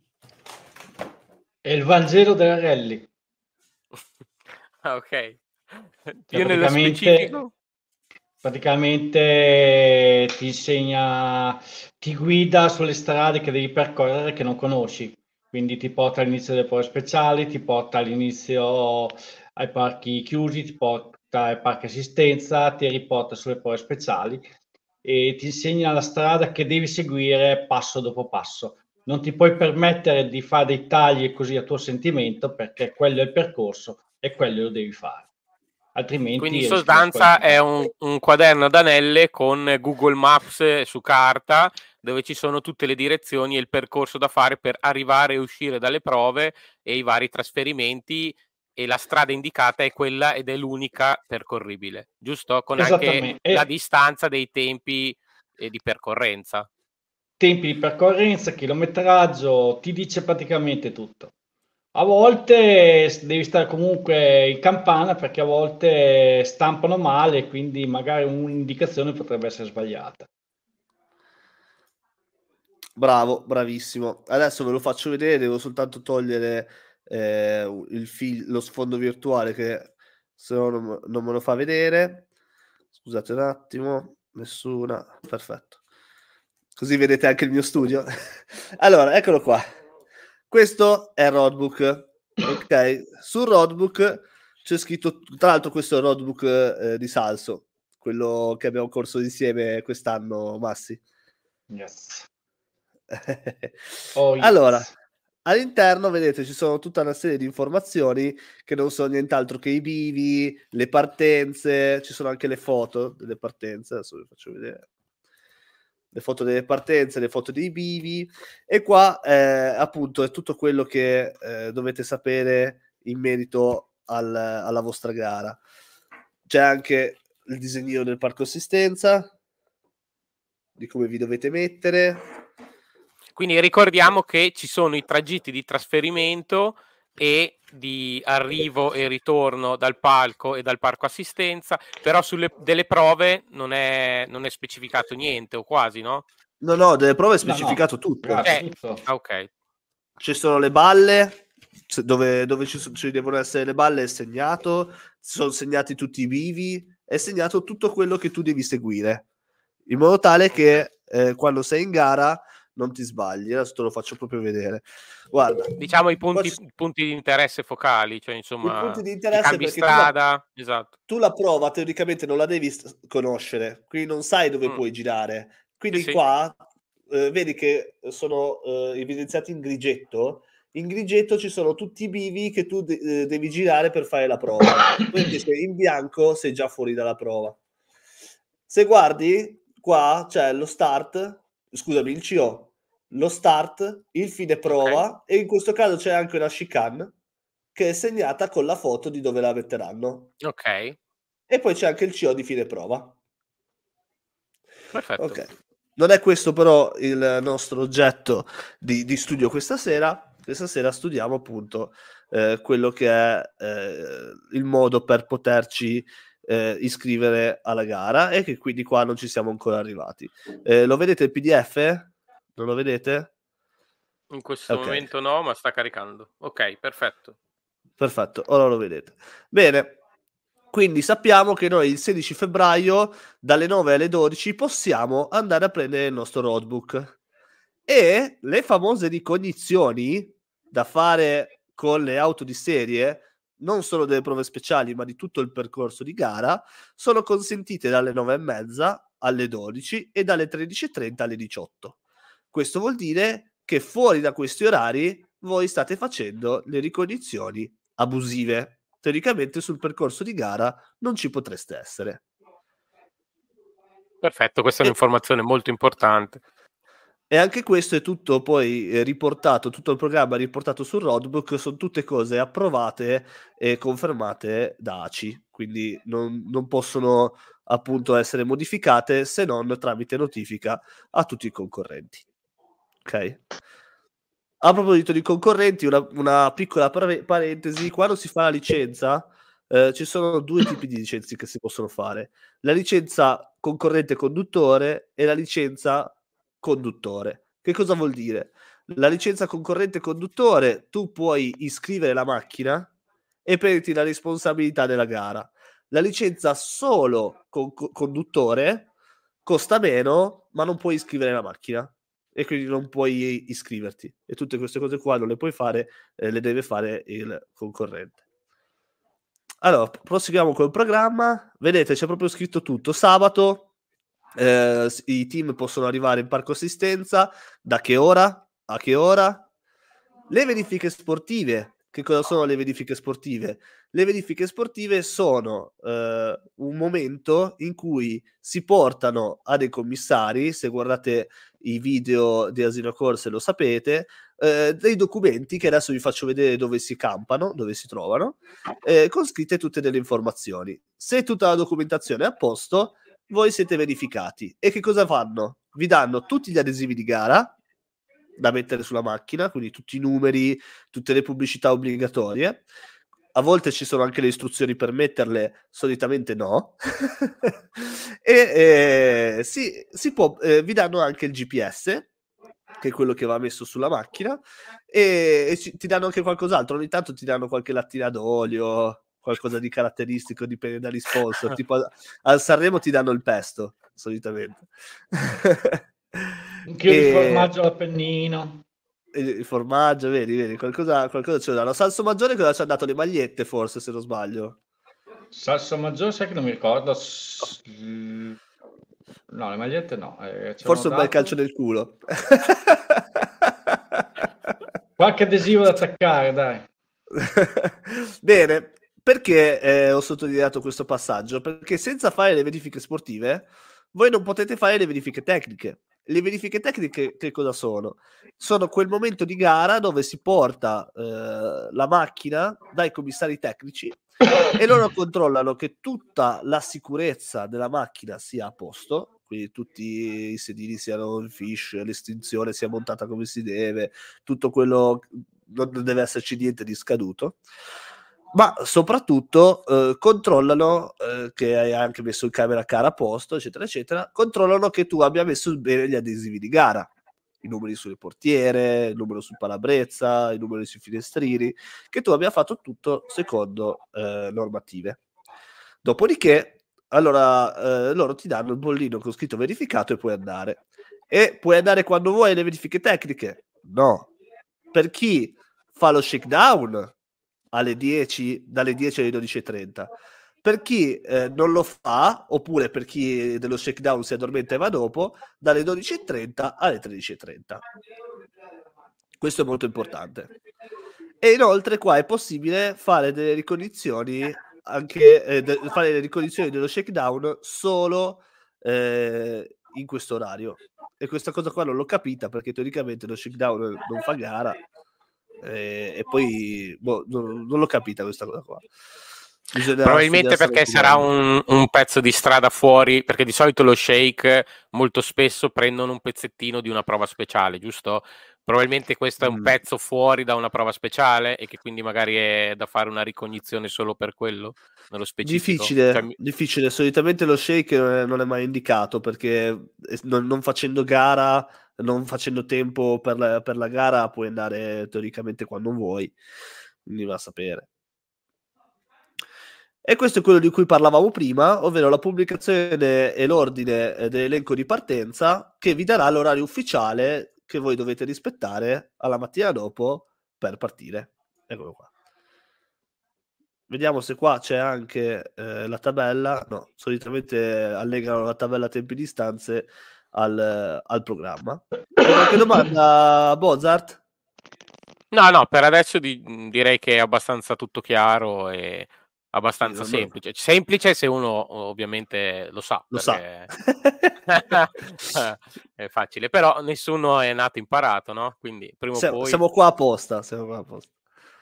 È il Vangelo della rally. Ah, ok. Cioè, Io nello specifico... Praticamente ti insegna, ti guida sulle strade che devi percorrere che non conosci. Quindi ti porta all'inizio delle prove speciali, ti porta all'inizio ai parchi chiusi, ti porta ai parchi assistenza, ti riporta sulle prove speciali e ti insegna la strada che devi seguire passo dopo passo. Non ti puoi permettere di fare dei tagli così a tuo sentimento, perché quello è il percorso e quello lo devi fare. Altrimenti quindi in sostanza è un, un quaderno d'anelle con Google Maps su carta, dove ci sono tutte le direzioni e il percorso da fare per arrivare e uscire dalle prove e i vari trasferimenti e la strada indicata è quella ed è l'unica percorribile, giusto? Con anche la distanza dei tempi eh, di percorrenza. Tempi di percorrenza, chilometraggio, ti dice praticamente tutto. A volte devi stare comunque in campana perché a volte stampano male, quindi magari un'indicazione potrebbe essere sbagliata. Bravo, bravissimo. Adesso ve lo faccio vedere, devo soltanto togliere eh, il fil- lo sfondo virtuale che se no non, non me lo fa vedere. Scusate un attimo, nessuna, perfetto. Così vedete anche il mio studio. Allora, eccolo qua. Questo è il roadbook, ok? Sul roadbook c'è scritto, tra l'altro questo è il roadbook eh, di Salso, quello che abbiamo corso insieme quest'anno, Massi. Yes. Oh, yes. Allora, all'interno vedete ci sono tutta una serie di informazioni che non sono nient'altro che i bivi, le partenze, ci sono anche le foto delle partenze, adesso vi faccio vedere le foto delle partenze, le foto dei bivi, e qua eh, appunto è tutto quello che eh, dovete sapere in merito al, alla vostra gara. C'è anche il disegnino del parco assistenza, di come vi dovete mettere. Quindi ricordiamo che ci sono i tragitti di trasferimento e di arrivo e ritorno dal palco e dal parco assistenza, però sulle delle prove non è, non è specificato niente o quasi, no? No, no, delle prove è specificato no, no. tutto. Eh, ok. Ci sono le balle, dove, dove ci, ci devono essere le balle è segnato, sono segnati tutti i bivi, è segnato tutto quello che tu devi seguire, in modo tale che eh, quando sei in gara non ti sbagli. Adesso te lo faccio proprio vedere. Guarda, diciamo i punti, ci... punti di interesse focali, cioè insomma i punti di interesse, perché strada, tu la, esatto. Tu la prova teoricamente non la devi conoscere, quindi non sai dove mm. puoi girare. Quindi sì, qua sì. Eh, vedi che sono eh, evidenziati in grigetto. In grigetto ci sono tutti i bivi che tu de- devi girare per fare la prova. Invece in bianco sei già fuori dalla prova. Se guardi qua c'è lo start, scusami, il C O, lo start, il fine prova, okay. E in questo caso c'è anche una chicane che è segnata con la foto di dove la metteranno. Ok. E poi c'è anche il C O di fine prova. Perfetto. Ok. Non è questo però il nostro oggetto di, di studio questa sera. Questa sera studiamo appunto eh, quello che è eh, il modo per poterci eh, iscrivere alla gara, e che quindi qua non ci siamo ancora arrivati. Eh, lo vedete il P D F? Non lo vedete? In questo okay. momento no, ma sta caricando. Ok, perfetto. Perfetto, ora lo vedete. Bene, quindi sappiamo che noi il sedici febbraio dalle nove alle dodici possiamo andare a prendere il nostro roadbook, e le famose ricognizioni da fare con le auto di serie, non solo delle prove speciali ma di tutto il percorso di gara, sono consentite dalle nove e mezza alle dodici e dalle tredici e trenta alle diciotto. Questo vuol dire che fuori da questi orari voi state facendo le ricognizioni abusive. Teoricamente sul percorso di gara non ci potreste essere. Perfetto, questa è e... un'informazione molto importante. E anche questo è tutto poi eh, riportato, tutto il programma riportato sul roadbook, sono tutte cose approvate e confermate da A C I, quindi non, non possono appunto essere modificate se non tramite notifica a tutti i concorrenti. Ok? A proposito di concorrenti, una, una piccola pare- parentesi, quando si fa la licenza eh, ci sono due tipi di licenze che si possono fare: la licenza concorrente conduttore e la licenza conduttore. Che cosa vuol dire? La licenza concorrente conduttore, tu puoi iscrivere la macchina e prenderti la responsabilità della gara. La licenza solo con- conduttore costa meno, ma non puoi iscrivere la macchina e quindi non puoi iscriverti, e tutte queste cose qua non le puoi fare, eh, le deve fare il concorrente. Allora, proseguiamo col programma. Vedete, c'è proprio scritto tutto. Sabato eh, i team possono arrivare in parco assistenza. Da che ora? A che ora? Le verifiche sportive. Che cosa sono le verifiche sportive? Le verifiche sportive sono eh, un momento in cui si portano a dei commissari, se guardate i video di Asino Corse lo sapete, eh, dei documenti che adesso vi faccio vedere dove si campano, dove si trovano, eh, con scritte tutte delle informazioni. Se tutta la documentazione è a posto, voi siete verificati. E che cosa fanno? Vi danno tutti gli adesivi di gara da mettere sulla macchina, quindi tutti i numeri, tutte le pubblicità obbligatorie. A volte ci sono anche le istruzioni per metterle, solitamente no. e eh, si, si può, eh, vi danno anche il G P S, che è quello che va messo sulla macchina, e, e ci, ti danno anche qualcos'altro. Ogni tanto ti danno qualche lattina d'olio, qualcosa di caratteristico, dipende dagli sponsor. Tipo al, al Sanremo ti danno il pesto, solitamente. Anche il formaggio all'Appennino. Il formaggio, vedi, vedi, qualcosa, qualcosa ce lo danno. Salso Maggiore cosa ci ha dato? Le magliette, forse, se non sbaglio. Salso Maggiore, sai che non mi ricordo. No, le magliette no. Eh, forse un dato... bel calcio nel culo. Qualche adesivo da attaccare, dai. Bene, perché eh, ho sottolineato questo passaggio? Perché senza fare le verifiche sportive, voi non potete fare le verifiche tecniche. Le verifiche tecniche che cosa sono? Sono quel momento di gara dove si porta eh, la macchina dai commissari tecnici e loro controllano che tutta la sicurezza della macchina sia a posto, quindi tutti i sedili siano in fish, l'estinzione sia montata come si deve, tutto quello, non deve esserci niente di scaduto, ma soprattutto eh, controllano eh, che hai anche messo il camera car a posto, eccetera eccetera, controllano che tu abbia messo bene gli adesivi di gara, i numeri sulle portiere, il numero sul palabrezza, i numeri sui finestrini, che tu abbia fatto tutto secondo eh, normative. Dopodiché allora eh, loro ti danno il bollino con scritto verificato e puoi andare. E puoi andare quando vuoi alle verifiche tecniche? No. Per chi fa lo shakedown alle dieci, dalle dieci alle dodici e trenta. Per chi eh, non lo fa, oppure per chi dello shakedown si addormenta e va dopo, dalle dodici e trenta alle tredici e trenta. Questo è molto importante. E inoltre qua è possibile fare delle ricognizioni anche eh, de- fare le ricognizioni dello shakedown solo eh, in questo orario. E questa cosa qua non l'ho capita, perché teoricamente lo shakedown non fa gara. E, e poi boh, non, non l'ho capita questa cosa qua. Bisogna probabilmente perché sarà un, un pezzo di strada fuori, perché di solito lo shake molto spesso prendono un pezzettino di una prova speciale, giusto? Probabilmente questo è un mm. pezzo fuori da una prova speciale e che quindi magari è da fare una ricognizione solo per quello, nello specifico. Difficile, cioè, difficile. Solitamente lo shake non è mai indicato, perché non, non facendo gara, non facendo tempo per la, per la gara, puoi andare teoricamente quando vuoi, quindi va a sapere. E questo è quello di cui parlavamo prima, ovvero la pubblicazione e l'ordine dell'elenco di partenza, che vi darà l'orario ufficiale che voi dovete rispettare alla mattina dopo per partire. Eccolo qua. Vediamo se qua c'è anche eh, la tabella. No, solitamente allegano la tabella tempi di distanze al, al programma. Qualche domanda, Bozart? No, no, per adesso di, direi che è abbastanza tutto chiaro e abbastanza sì, semplice. Semplice se uno ovviamente lo sa. Lo perché... sa. È facile, però nessuno è nato imparato, no? Quindi prima o siamo, poi... siamo qua apposta, siamo qua apposta.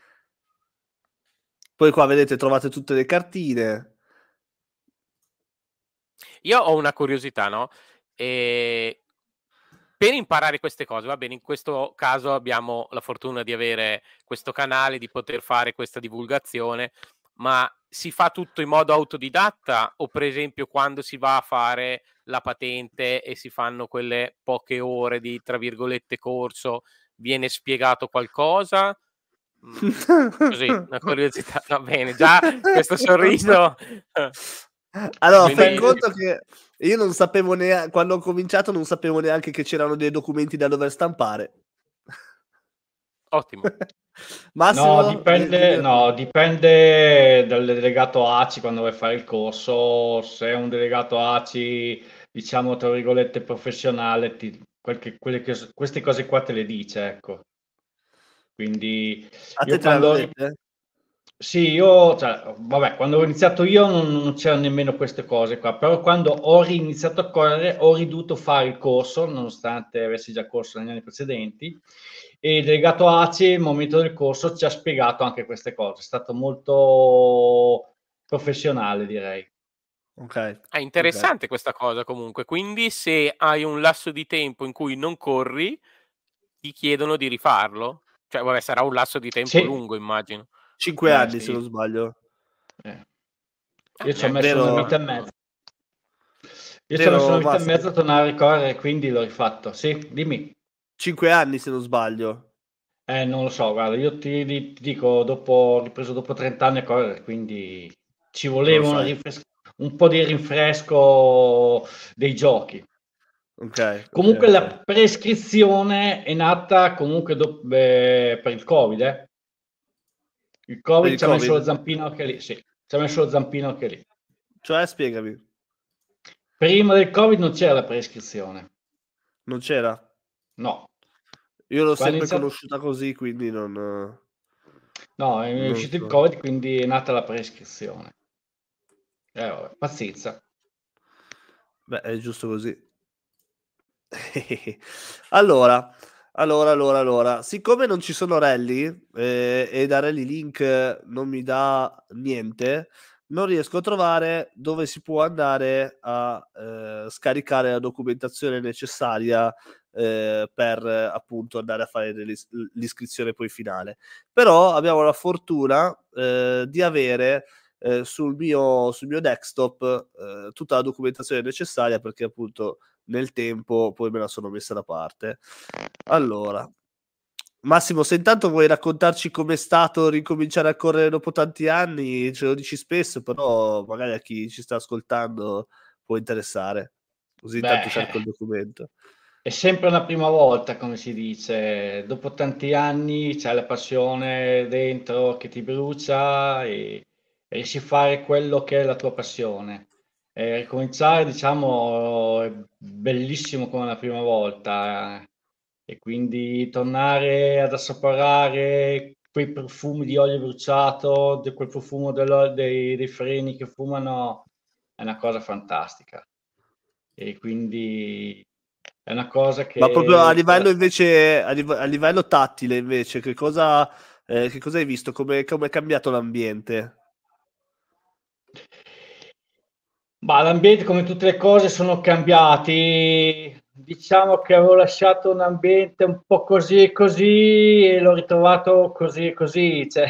Poi qua vedete, trovate tutte le cartine. Io ho una curiosità, no? E... per imparare queste cose, va bene, in questo caso abbiamo la fortuna di avere questo canale, di poter fare questa divulgazione, ma si fa tutto in modo autodidatta o per esempio quando si va a fare la patente e si fanno quelle poche ore di, tra virgolette, corso, viene spiegato qualcosa? Mm, così, una curiosità, va bene, già questo sorriso... Allora, fai conto che io non sapevo neanche, quando ho cominciato non sapevo neanche che c'erano dei documenti da dover stampare. Ottimo. Massimo, no, dipende, no, dipende dal delegato A C I quando vai a fare il corso. Se è un delegato A C I, diciamo tra virgolette professionale, ti, qualche, quelle che, queste cose qua te le dice, ecco. Quindi a io te quando... te Sì, io, cioè, vabbè, quando ho iniziato io non, non c'erano nemmeno queste cose qua, però quando ho riniziato a correre ho ridovuto fare il corso, nonostante avessi già corso negli anni precedenti, e il delegato A C I, al momento del corso, ci ha spiegato anche queste cose, è stato molto professionale, direi. Ok. È interessante okay. questa cosa comunque, quindi se hai un lasso di tempo in cui non corri, ti chiedono di rifarlo? Cioè, vabbè, sarà un lasso di tempo Sì. lungo, immagino. Cinque Eh, anni, sì. se non sbaglio. Eh. Ah, Io ci ho neanche messo Vero- una così vita e male. mezza. Io ci ho Vero, messo una vita e Massimo? mezza a tornare a correre, quindi l'ho rifatto. Sì, dimmi. Cinque anni, se non sbaglio. Eh, non lo so, guarda, io ti, ti dico, dopo, ho ripreso dopo trenta anni a correre, quindi ci Non lo voleva una sai. rinfres- un po' di rinfresco dei giochi. Ok. Comunque ok, la ok. prescrizione è nata comunque do- beh, per il Covid, eh. Il Per Covid il ci ha messo lo Covid? zampino anche lì, sì, ci ha messo lo zampino anche lì. Cioè, spiegami. Prima del Covid non c'era la prescrizione, Non c'era? no. Io l'ho Quando è sempre iniziato... conosciuta così, quindi non... No, è non uscito il so. Covid, quindi è nata la prescrizione. Eh, vabbè, pazienza. Beh, è giusto così. Allora, allora, allora, allora, siccome non ci sono rally eh, e da Rally Link non mi dà niente, non riesco a trovare dove si può andare a eh, scaricare la documentazione necessaria eh, per eh, appunto andare a fare l'is- l'iscrizione poi finale. Però abbiamo la fortuna eh, di avere eh, sul mio, sul mio desktop eh, tutta la documentazione necessaria, perché appunto nel tempo poi me la sono messa da parte. Allora, Massimo, se intanto vuoi raccontarci com'è stato ricominciare a correre dopo tanti anni, ce lo dici spesso, però magari a chi ci sta ascoltando può interessare. Così intanto cerco il Beh, documento. è sempre una prima volta, come si dice. Dopo tanti anni c'è la passione dentro che ti brucia e riesci a fare quello che è la tua passione. E ricominciare, diciamo, è bellissimo come la prima volta. eh. E quindi tornare ad assaporare quei profumi di olio bruciato, di quel profumo dello- dei, dei freni che fumano, è una cosa fantastica. E quindi è una cosa Ma proprio a che livello invece, a, live- a livello tattile invece, che cosa, eh, che cosa hai visto? Come come è cambiato l'ambiente? ma l'ambiente, come tutte le cose, sono cambiati. Diciamo che avevo lasciato un ambiente un po' così e così e l'ho ritrovato così e così. Cioè,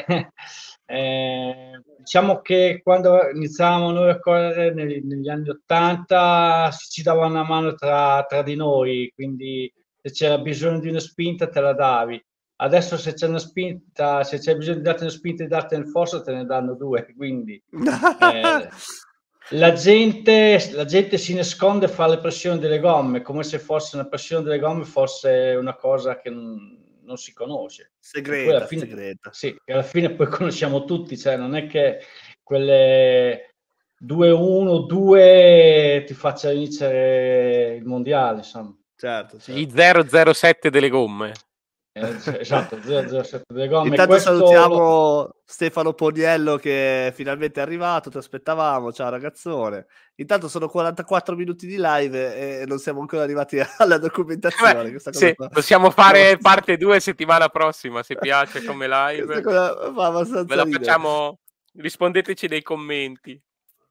eh, diciamo che quando iniziavamo noi a correre negli, negli anni Ottanta ci dava una mano tra, tra di noi, quindi se c'era bisogno di una spinta te la davi. Adesso se c'è una spinta, se c'è bisogno di darti una spinta e darti nel fosso, te ne danno due. Quindi eh, la gente, la gente si nasconde e fa le pressioni delle gomme, come se fosse una pressione delle gomme fosse una cosa che non, non si conosce. E poi alla Segreta, fine, segreta. sì, e alla fine poi conosciamo tutti, cioè non è che quelle due uno due ti faccia vincere il mondiale, insomma. Certo, Gli certo. zero zero sette delle gomme. Eh, esatto, zero zero sette delle gomme. Intanto Questo lo- salutiamo Stefano Poniello che finalmente è arrivato, ti aspettavamo, ciao ragazzone. Intanto sono quarantaquattro minuti di live e non siamo ancora arrivati alla documentazione. Beh, Questa cosa sì, qua. possiamo fare parte due settimana prossima, se piace come live. Questa cosa fa Ve abbastanza la ridere. facciamo, rispondeteci nei commenti.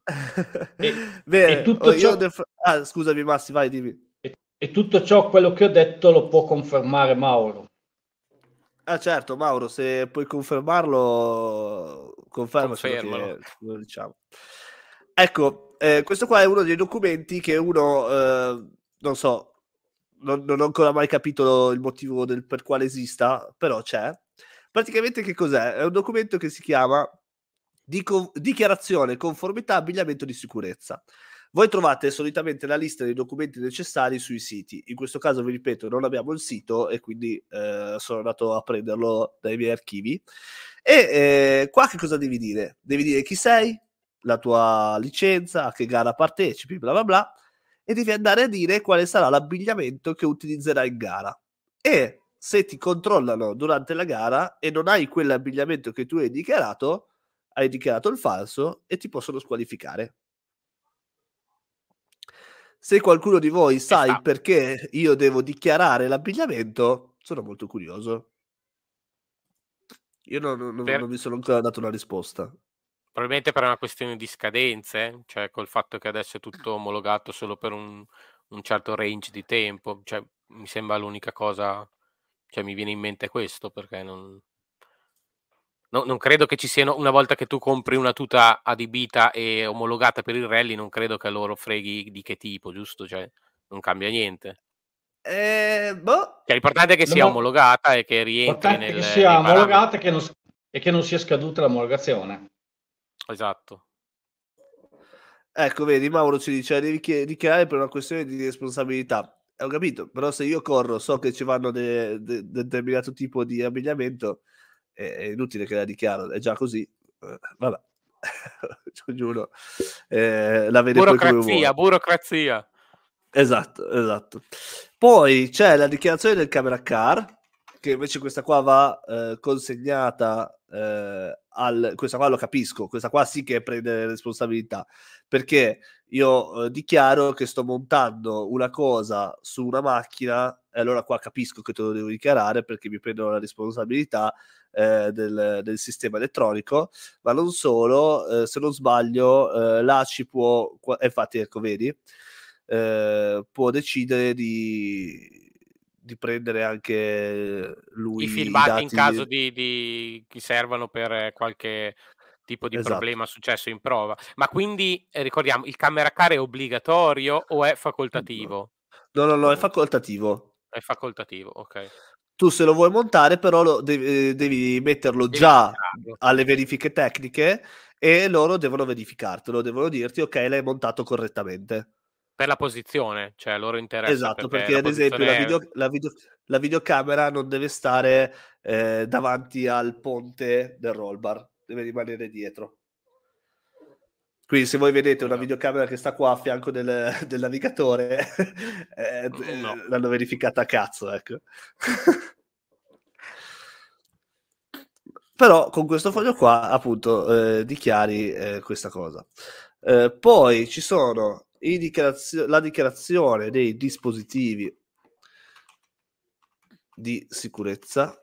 e, e Bene, tutto io ciò nel fra- ah, scusami Massi, vai, dimmi. E, e tutto ciò, quello che ho detto, lo può confermare Mauro. Ah certo, Mauro, se puoi confermarlo, confermacelo Confermalo. che lo diciamo. Ecco, eh, questo qua è uno dei documenti che uno, eh, non so, non, non ho ancora mai capito il motivo del, per quale esista, però c'è. Praticamente che cos'è? È un documento che si chiama Dico- Dichiarazione Conformità Abbigliamento di Sicurezza. Voi trovate solitamente la lista dei documenti necessari sui siti. In questo caso, vi ripeto, non abbiamo il sito e quindi eh, sono andato a prenderlo dai miei archivi. E eh, qua che cosa devi dire? Devi dire chi sei, la tua licenza, a che gara partecipi, bla bla bla, e devi andare a dire quale sarà l'abbigliamento che utilizzerai in gara. E se ti controllano durante la gara e non hai quell'abbigliamento che tu hai dichiarato, hai dichiarato il falso e ti possono squalificare. Se qualcuno di voi sa il perché io devo dichiarare l'abbigliamento, sono molto curioso. Io non, non, Per- non mi sono ancora dato una risposta. Probabilmente per una questione di scadenze, cioè col fatto che adesso è tutto omologato solo per un, un certo range di tempo, cioè mi sembra l'unica cosa, cioè mi viene in mente questo, perché non, no, non credo che ci siano, una volta che tu compri una tuta adibita e omologata per il rally, non credo che a loro freghi di che tipo, giusto? Cioè non cambia niente. Eh, boh. Cioè, l'importante è che sia L'omo- omologata e che rientri L'importante è nel, che sia nei parametri. omologata e che non, e che non sia scaduta l'omologazione. Esatto. Ecco, vedi, Mauro ci dice devi chi- dichiarare per una questione di responsabilità. Eh, Ho capito, però se io corro, so che ci vanno de- de- de- determinato tipo di abbigliamento, è, è inutile che la dichiaro, è già così. Eh, vabbè, ognuno eh, la vede poi come Burocrazia, vuole. burocrazia. Esatto, esatto. Poi c'è la dichiarazione del camera car, che invece questa qua va eh, consegnata eh, al... Questa qua lo capisco, questa qua sì che prende responsabilità, perché io eh, dichiaro che sto montando una cosa su una macchina e allora qua capisco che te lo devo dichiarare perché mi prendo la responsabilità eh, del, del sistema elettronico, ma non solo, eh, se non sbaglio eh, l'A C I può, qua- infatti ecco vedi, eh, può decidere di, di prendere anche lui I i filmati in dati. caso di, di chi servano per qualche tipo di Esatto. problema successo in prova. Ma quindi eh, ricordiamo, il camera car è obbligatorio o è facoltativo? No, no, no, è Comunque, facoltativo. è facoltativo, ok. Tu se lo vuoi montare, però lo devi, devi metterlo Devi già dichiararlo. alle verifiche tecniche e loro devono verificartelo, devono dirti ok, l'hai montato correttamente. Per la posizione, cioè a loro interessa Esatto, perché perché la ad esempio la, posizione è... video, la, video, la videocamera non deve stare eh, davanti al ponte del roll bar, deve rimanere dietro. Quindi se voi vedete una Esatto. videocamera che sta qua a fianco del, del navigatore, eh, No. l'hanno verificata a cazzo, ecco. Però con questo foglio qua appunto eh, dichiari eh, questa cosa. Eh, poi ci sono i dichiarazio- la dichiarazione dei dispositivi di sicurezza.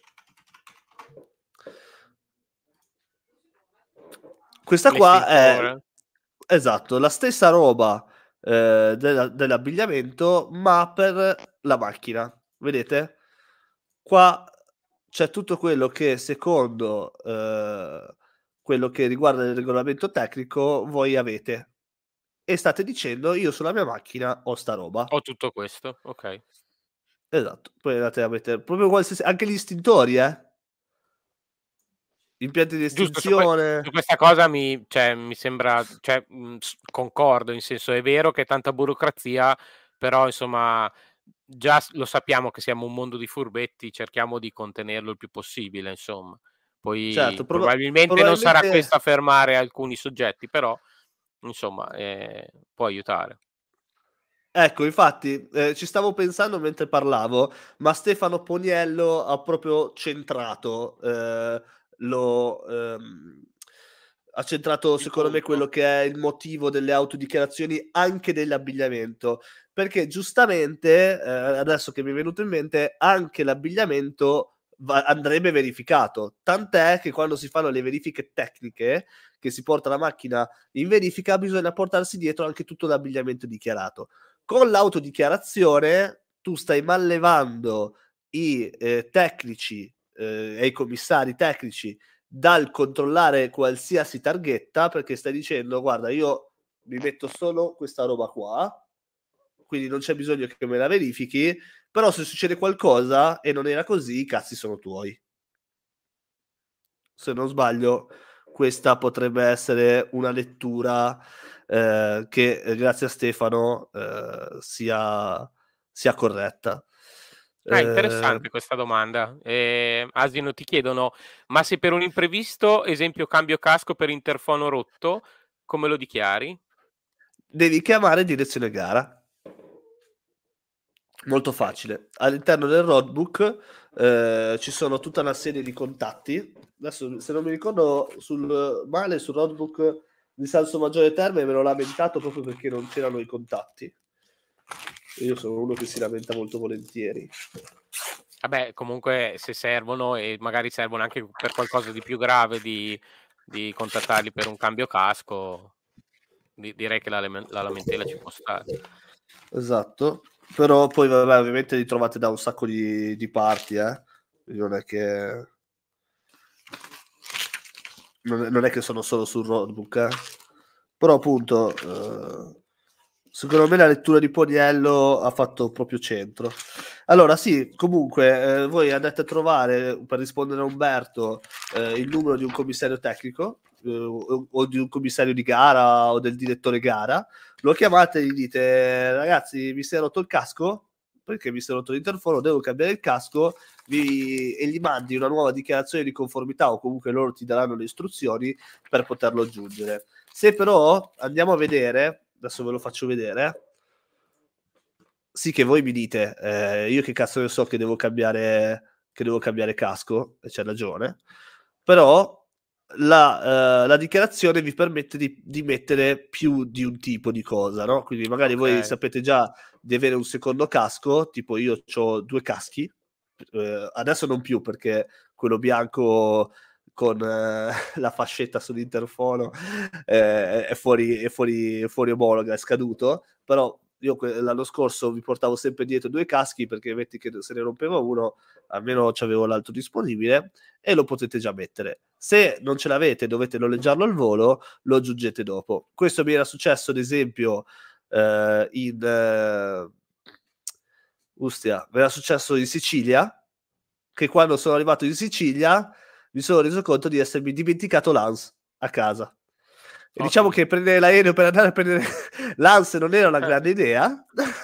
Questa qua è esatto, la stessa roba eh, della- dell'abbigliamento, ma per la macchina. Vedete? Qua c'è tutto quello che secondo eh, quello che riguarda il regolamento tecnico voi avete. E state dicendo io sulla mia macchina ho sta roba. Ho tutto questo, ok. Esatto, poi andate a mettere proprio qualsiasi, anche gli estintori, eh? Impianti di Giusto, su, que- estinzione. su questa cosa mi, cioè, mi sembra, cioè, mh, s- concordo, in senso è vero che è tanta burocrazia, però insomma già s- lo sappiamo che siamo un mondo di furbetti, cerchiamo di contenerlo il più possibile, insomma. Poi Certo, proba- probabilmente non sarà probabilmente... questo a fermare alcuni soggetti, però insomma eh, può aiutare. Ecco, infatti, eh, ci stavo pensando mentre parlavo, ma Stefano Poniello ha proprio centrato, eh, lo, ehm, ha centrato Il secondo me punto. quello che è il motivo delle autodichiarazioni anche dell'abbigliamento, perché giustamente, eh, adesso che mi è venuto in mente, anche l'abbigliamento va- andrebbe verificato, tant'è che quando si fanno le verifiche tecniche, che si porta la macchina in verifica, bisogna portarsi dietro anche tutto l'abbigliamento dichiarato. Con l'autodichiarazione tu stai mallevando i eh, tecnici eh, e i commissari tecnici dal controllare qualsiasi targhetta, perché stai dicendo guarda io mi metto solo questa roba qua, quindi non c'è bisogno che me la verifichi, però se succede qualcosa e non era così i cazzi sono tuoi. Se non sbaglio questa potrebbe essere una lettura eh, che eh, grazie a Stefano eh, sia, sia corretta. Ah, Eh, interessante questa domanda. Eh, Asino, ti chiedono, ma se per un imprevisto, esempio cambio casco per interfono rotto, come lo dichiari? devi chiamare direzione gara. Molto Ok. facile. All'interno del roadbook eh, ci sono tutta una serie di contatti adesso se non mi ricordo sul male sul roadbook di Salso Maggiore Terme me l'ho lamentato proprio perché non c'erano i contatti. Io sono uno che si lamenta molto volentieri. Vabbè, comunque se servono e magari servono anche per qualcosa di più grave di, di contattarli per un cambio casco, di, direi che la, la lamentela ci può stare. Esatto, però poi vabbè, ovviamente li trovate da un sacco di, di parti, eh? Non è che non è, non è che sono solo sul roadbook, eh? Però appunto eh, secondo me la lettura di Poniello ha fatto proprio centro. Allora sì, comunque eh, voi andate a trovare, per rispondere a Umberto, eh, il numero di un commissario tecnico eh, o, o di un commissario di gara o del direttore gara, lo chiamate e gli dite: ragazzi, mi si è rotto il casco perché mi si è rotto l'interfono, devo cambiare il casco, vi... e gli mandi una nuova dichiarazione di conformità o comunque loro ti daranno le istruzioni per poterlo aggiungere. Se però andiamo a vedere, adesso ve lo faccio vedere, sì che voi mi dite, eh, io che cazzo ne so che devo cambiare, che devo cambiare casco, e c'è ragione, però la, uh, la dichiarazione vi permette di, di mettere più di un tipo di cosa, no? Quindi magari okay. voi sapete già di avere un secondo casco, tipo io ho due caschi, eh, adesso non più perché quello bianco con eh, la fascetta sull'interfono eh, è, fuori, è, fuori, è fuori omologa, è scaduto, però io l'anno scorso vi portavo sempre dietro due caschi perché metti che se ne rompeva uno, almeno c'avevo l'altro disponibile e lo potete già mettere. Se non ce l'avete, dovete noleggiarlo al volo, lo aggiungete dopo. Questo mi era successo ad esempio eh, in eh, Ustia, mi era successo in Sicilia, che quando sono arrivato in Sicilia mi sono reso conto di essermi dimenticato l'A N S a casa. E okay. Diciamo che prendere l'aereo per andare a prendere l'A N S non era una grande idea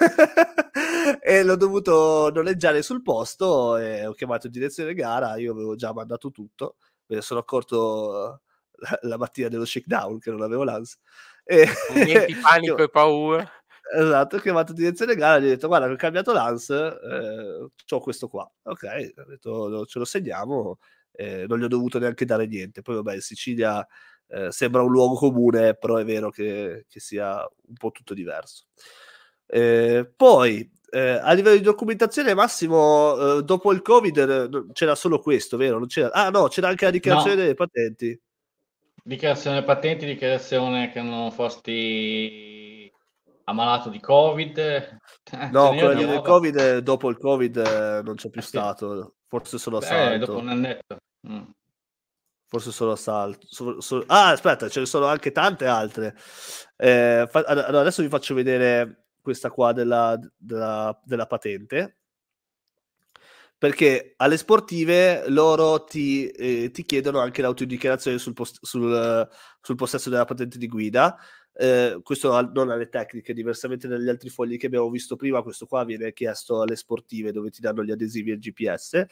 e l'ho dovuto noleggiare sul posto e ho chiamato in direzione gara, io avevo già mandato tutto, me ne sono accorto la, la mattina dello shakedown che non avevo l'A N S. E momenti panico e paura. Esatto, ho chiamato in direzione gara e gli ho detto: guarda, ho cambiato l'A N S, eh, c'ho questo qua. Ok, ho detto, ce lo segniamo, eh, non gli ho dovuto neanche dare niente. Poi vabbè, in Sicilia eh, sembra un luogo comune, però è vero che, che sia un po' tutto diverso. Eh, poi eh, a livello di documentazione, Massimo, eh, dopo il Covid eh, c'era solo questo, vero? Non c'era... Ah no, c'era anche la dichiarazione no. delle patenti. Dichiarazione delle patenti, dichiarazione che non fosti ammalato di Covid. No, quella del Covid, dopo il Covid eh, non c'è più eh, stato, forse solo assalto. Eh, dopo un annetto. Mm. Forse solo assalto. So, so... Ah, aspetta, ce ne sono anche tante altre. Eh, fa... allora, adesso vi faccio vedere questa qua della, della, della patente. Perché alle sportive loro ti, eh, ti chiedono anche l'autodichiarazione sul, post- sul, sul possesso della patente di guida. Eh, questo non alle tecniche, diversamente dagli altri fogli che abbiamo visto prima, questo qua viene chiesto alle sportive dove ti danno gli adesivi e il G P S. E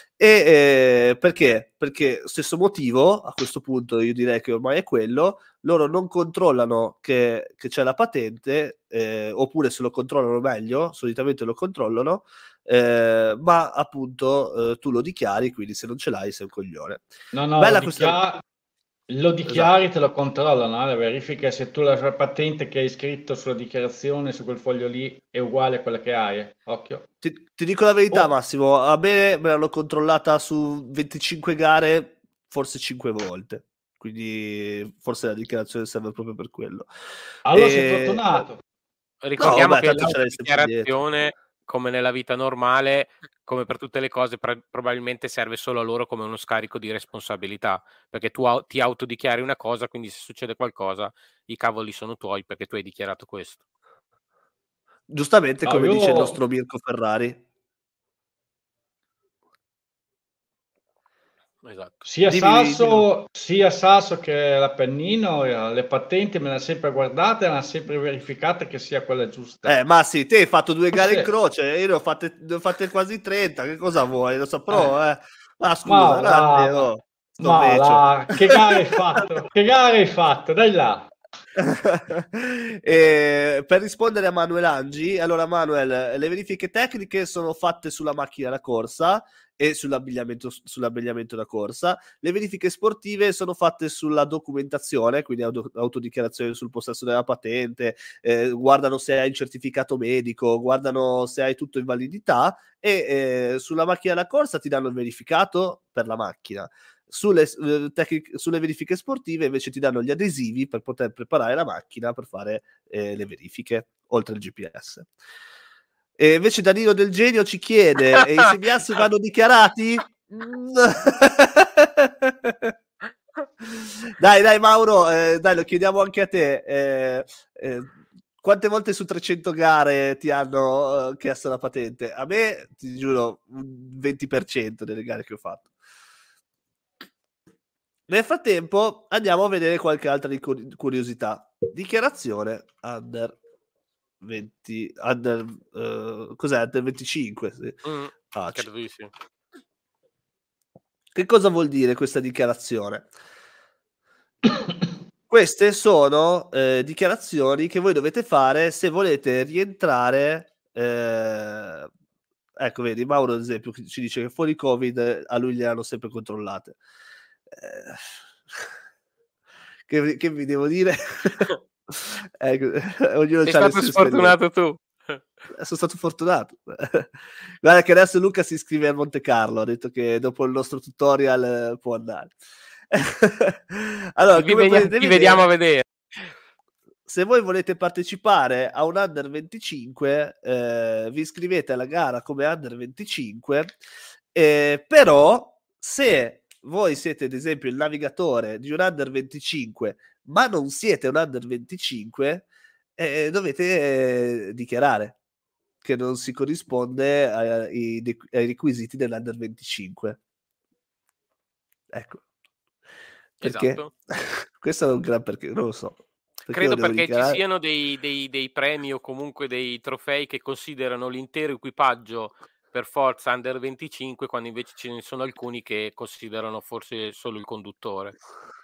eh, perché? Perché stesso motivo, a questo punto io direi che ormai è quello, loro non controllano che, che c'è la patente, eh, oppure se lo controllano meglio, solitamente lo controllano, eh, ma appunto eh, tu lo dichiari, quindi se non ce l'hai sei un coglione. No, no, Bella lo, questa... dichiar... lo dichiari, esatto. Te lo controllano, eh? Verifica se tu la patente che hai scritto sulla dichiarazione su quel foglio lì è uguale a quella che hai, eh? Occhio. Ti, ti dico la verità, oh. Massimo, a me me l'hanno controllata su venticinque gare forse cinque volte, quindi forse la dichiarazione serve proprio per quello. Allora e... sei fortunato. Ricordiamo no, vabbè, che la dichiarazione, come nella vita normale, come per tutte le cose, pro- probabilmente serve solo a loro come uno scarico di responsabilità, perché tu au- ti autodichiari una cosa, quindi se succede qualcosa i cavoli sono tuoi perché tu hai dichiarato questo. Giustamente, come no, io... dice il nostro Mirko Ferrari. Esatto. Sia Sasso, sia Sasso che l'Appennino, le patenti me le ha sempre guardate, me le ha sempre verificate che sia quella giusta. Eh, ma sì, te hai fatto due gare sì. in croce, io ne ho fatte, ne ho fatte quasi trenta, che cosa vuoi? Lo saprò, eh. Ma scusa, ma grande, la, oh, ma la, che gare hai fatto? Che gare hai fatto? Dai là. E per rispondere a Manuel Angi, allora Manuel, le verifiche tecniche sono fatte sulla macchina da corsa e sull'abbigliamento, sull'abbigliamento da corsa. Le verifiche sportive sono fatte sulla documentazione, quindi auto, autodichiarazione sul possesso della patente, eh, guardano se hai il certificato medico, guardano se hai tutto in validità, e eh, sulla macchina da corsa ti danno il verificato per la macchina. Sulle, eh, tecnic- sulle verifiche sportive invece ti danno gli adesivi per poter preparare la macchina per fare eh, le verifiche, oltre il G P S. E invece Danilo Del Genio ci chiede: e i semiassi vanno dichiarati? Dai, dai Mauro, eh, dai, lo chiediamo anche a te. Eh, eh, quante volte su trecento gare ti hanno uh, chiesto la patente? A me, ti giuro, un venti per cento delle gare che ho fatto. Nel frattempo andiamo a vedere qualche altra curiosità. Dichiarazione under venti, under, uh, cos'è? Under venticinque? Sì. Mm, ah, credo di sì. Che cosa vuol dire questa dichiarazione? Queste sono eh, dichiarazioni che voi dovete fare se volete rientrare. Eh, ecco, vedi, Mauro ad esempio ci dice che fuori Covid a lui le hanno sempre controllate. Eh, che, che vi devo dire? Ecco, ognuno sei stato sfortunato tu. Sono stato fortunato. Guarda che adesso Luca si iscrive a Monte Carlo, ha detto che dopo il nostro tutorial può andare. Allora, come vediamo, vedere, vediamo a vedere. Se voi volete partecipare a un under venticinque, eh, vi iscrivete alla gara come under venticinque, eh, però se voi siete ad esempio il navigatore di un under venticinque ma non siete un under venticinque, eh, dovete eh, dichiarare che non si corrisponde ai, ai requisiti dell'under venticinque. Ecco. Perché? Esatto. Questo è un gran perché, non lo so. Perché Credo perché dichiarare? Ci siano dei, dei, dei premi o comunque dei trofei che considerano l'intero equipaggio per forza under venticinque, quando invece ce ne sono alcuni che considerano forse solo il conduttore.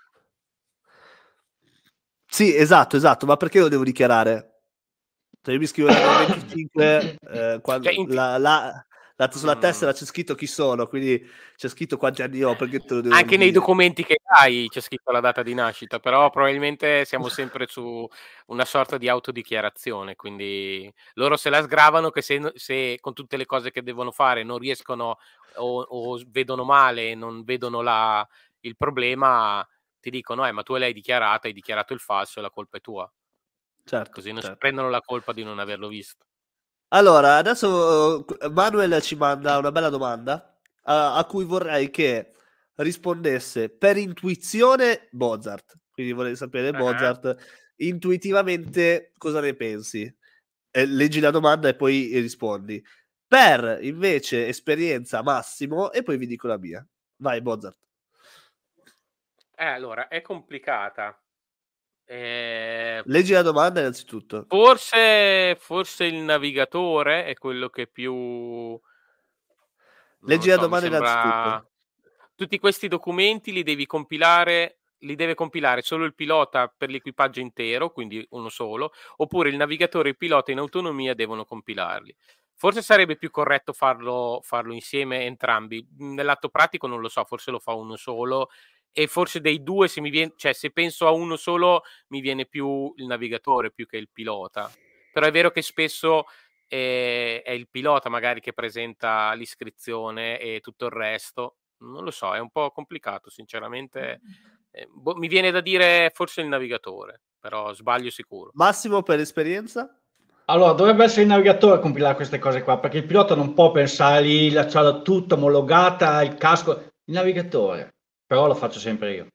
Sì, esatto, esatto, ma perché lo devo dichiarare? Cioè io mi scrivo under venticinque, eh, quando, cioè, la, la, la, sulla mm. tessera c'è scritto chi sono, quindi c'è scritto quanti anni ho, perché te lo devo Anche dire? Nei documenti che hai c'è scritto la data di nascita, però probabilmente siamo sempre su una sorta di autodichiarazione, quindi loro se la sgravano che se, se con tutte le cose che devono fare non riescono o, o vedono male, non vedono la, il problema, ti dicono eh ma tu l'hai dichiarato, hai dichiarato il falso e la colpa è tua. Certo, così non certo. si prendono la colpa di non averlo visto. Allora, adesso Manuel ci manda una bella domanda a, a cui vorrei che rispondesse per intuizione Mozart. Quindi vorrei sapere, uh-huh. Mozart, intuitivamente cosa ne pensi? Eh, leggi la domanda e poi rispondi. Per invece esperienza Massimo e poi vi dico la mia. Vai Mozart. Eh, allora, è complicata. Eh, Leggi la domanda innanzitutto. Forse, forse il navigatore è quello che più... Leggi so, la domanda sembra... innanzitutto. Tutti questi documenti li devi compilare, li deve compilare solo il pilota per l'equipaggio intero, quindi uno solo, oppure il navigatore e il pilota in autonomia devono compilarli. Forse sarebbe più corretto farlo, farlo insieme entrambi. Nell'atto pratico non lo so, forse lo fa uno solo. E forse dei due, se mi viene, cioè se penso a uno solo, mi viene più il navigatore più che il pilota. Però è vero che spesso eh, è il pilota magari che presenta l'iscrizione e tutto il resto. Non lo so, è un po' complicato, sinceramente. Eh, boh, mi viene da dire forse il navigatore, però sbaglio sicuro. Massimo, per esperienza? Allora, dovrebbe essere il navigatore a compilare queste cose qua, perché il pilota non può pensare lì, lasciarla tutta omologata, il casco. Il navigatore, però lo faccio sempre io.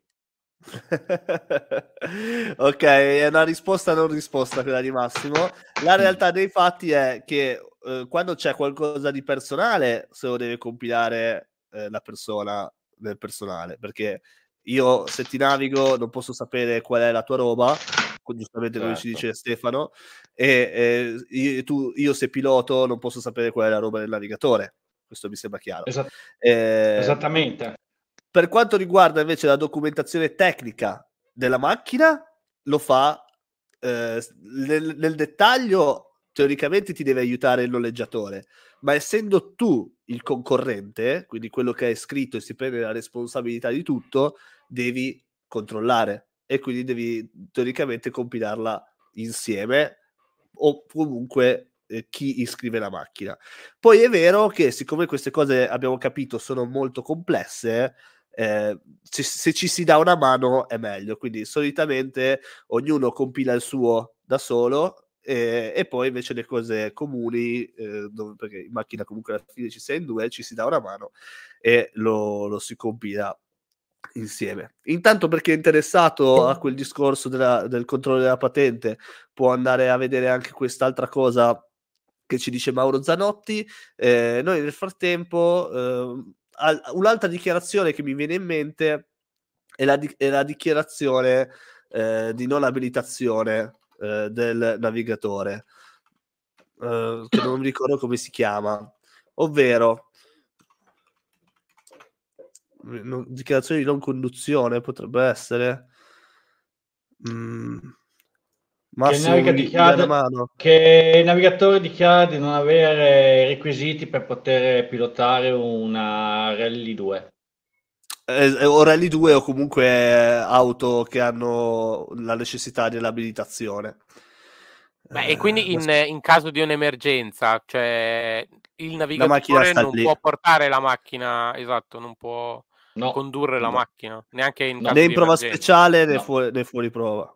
Ok, è una risposta non risposta quella di Massimo. La realtà dei fatti è che eh, quando c'è qualcosa di personale se lo deve compilare eh, la persona del personale, perché io se ti navigo non posso sapere qual è la tua roba, giustamente come Certo. ci dice Stefano, e eh, io, tu, io se piloto non posso sapere qual è la roba del navigatore, questo mi sembra chiaro. Esat- eh, esattamente. Per quanto riguarda invece la documentazione tecnica della macchina, lo fa eh, nel, nel dettaglio, teoricamente ti deve aiutare il noleggiatore, ma essendo tu il concorrente, quindi quello che è scritto e si prende la responsabilità di tutto, devi controllare e quindi devi teoricamente compilarla insieme o comunque eh, chi iscrive la macchina. Poi è vero che siccome queste cose abbiamo capito sono molto complesse, eh, se, se ci si dà una mano è meglio, quindi solitamente ognuno compila il suo da solo e, e poi invece le cose comuni, eh, dove, perché in macchina comunque alla fine ci sei in due, ci si dà una mano e lo, lo si compila insieme. Intanto, per chi è interessato a quel discorso della, del controllo della patente, può andare a vedere anche quest'altra cosa che ci dice Mauro Zanotti. Eh, noi nel frattempo eh, al, un'altra dichiarazione che mi viene in mente è la, di, è la dichiarazione eh, di non abilitazione eh, del navigatore, eh, che non mi ricordo come si chiama, ovvero no, dichiarazione di non conduzione potrebbe essere mm, Che il, Massimo, naviga mi, mi dai una dichiara, mano? che il navigatore dichiara di non avere requisiti per poter pilotare una Rally due. Eh, o Rally due o comunque eh, auto che hanno la necessità dell'abilitazione. Beh, e Eh, quindi in, adesso- in caso di un'emergenza, cioè il la macchina navigatore sta non lì. può portare la macchina, esatto, non può No, condurre la No. macchina, neanche in No. caso Né di in prova emergenza. speciale né, No. fuori, né fuori prova.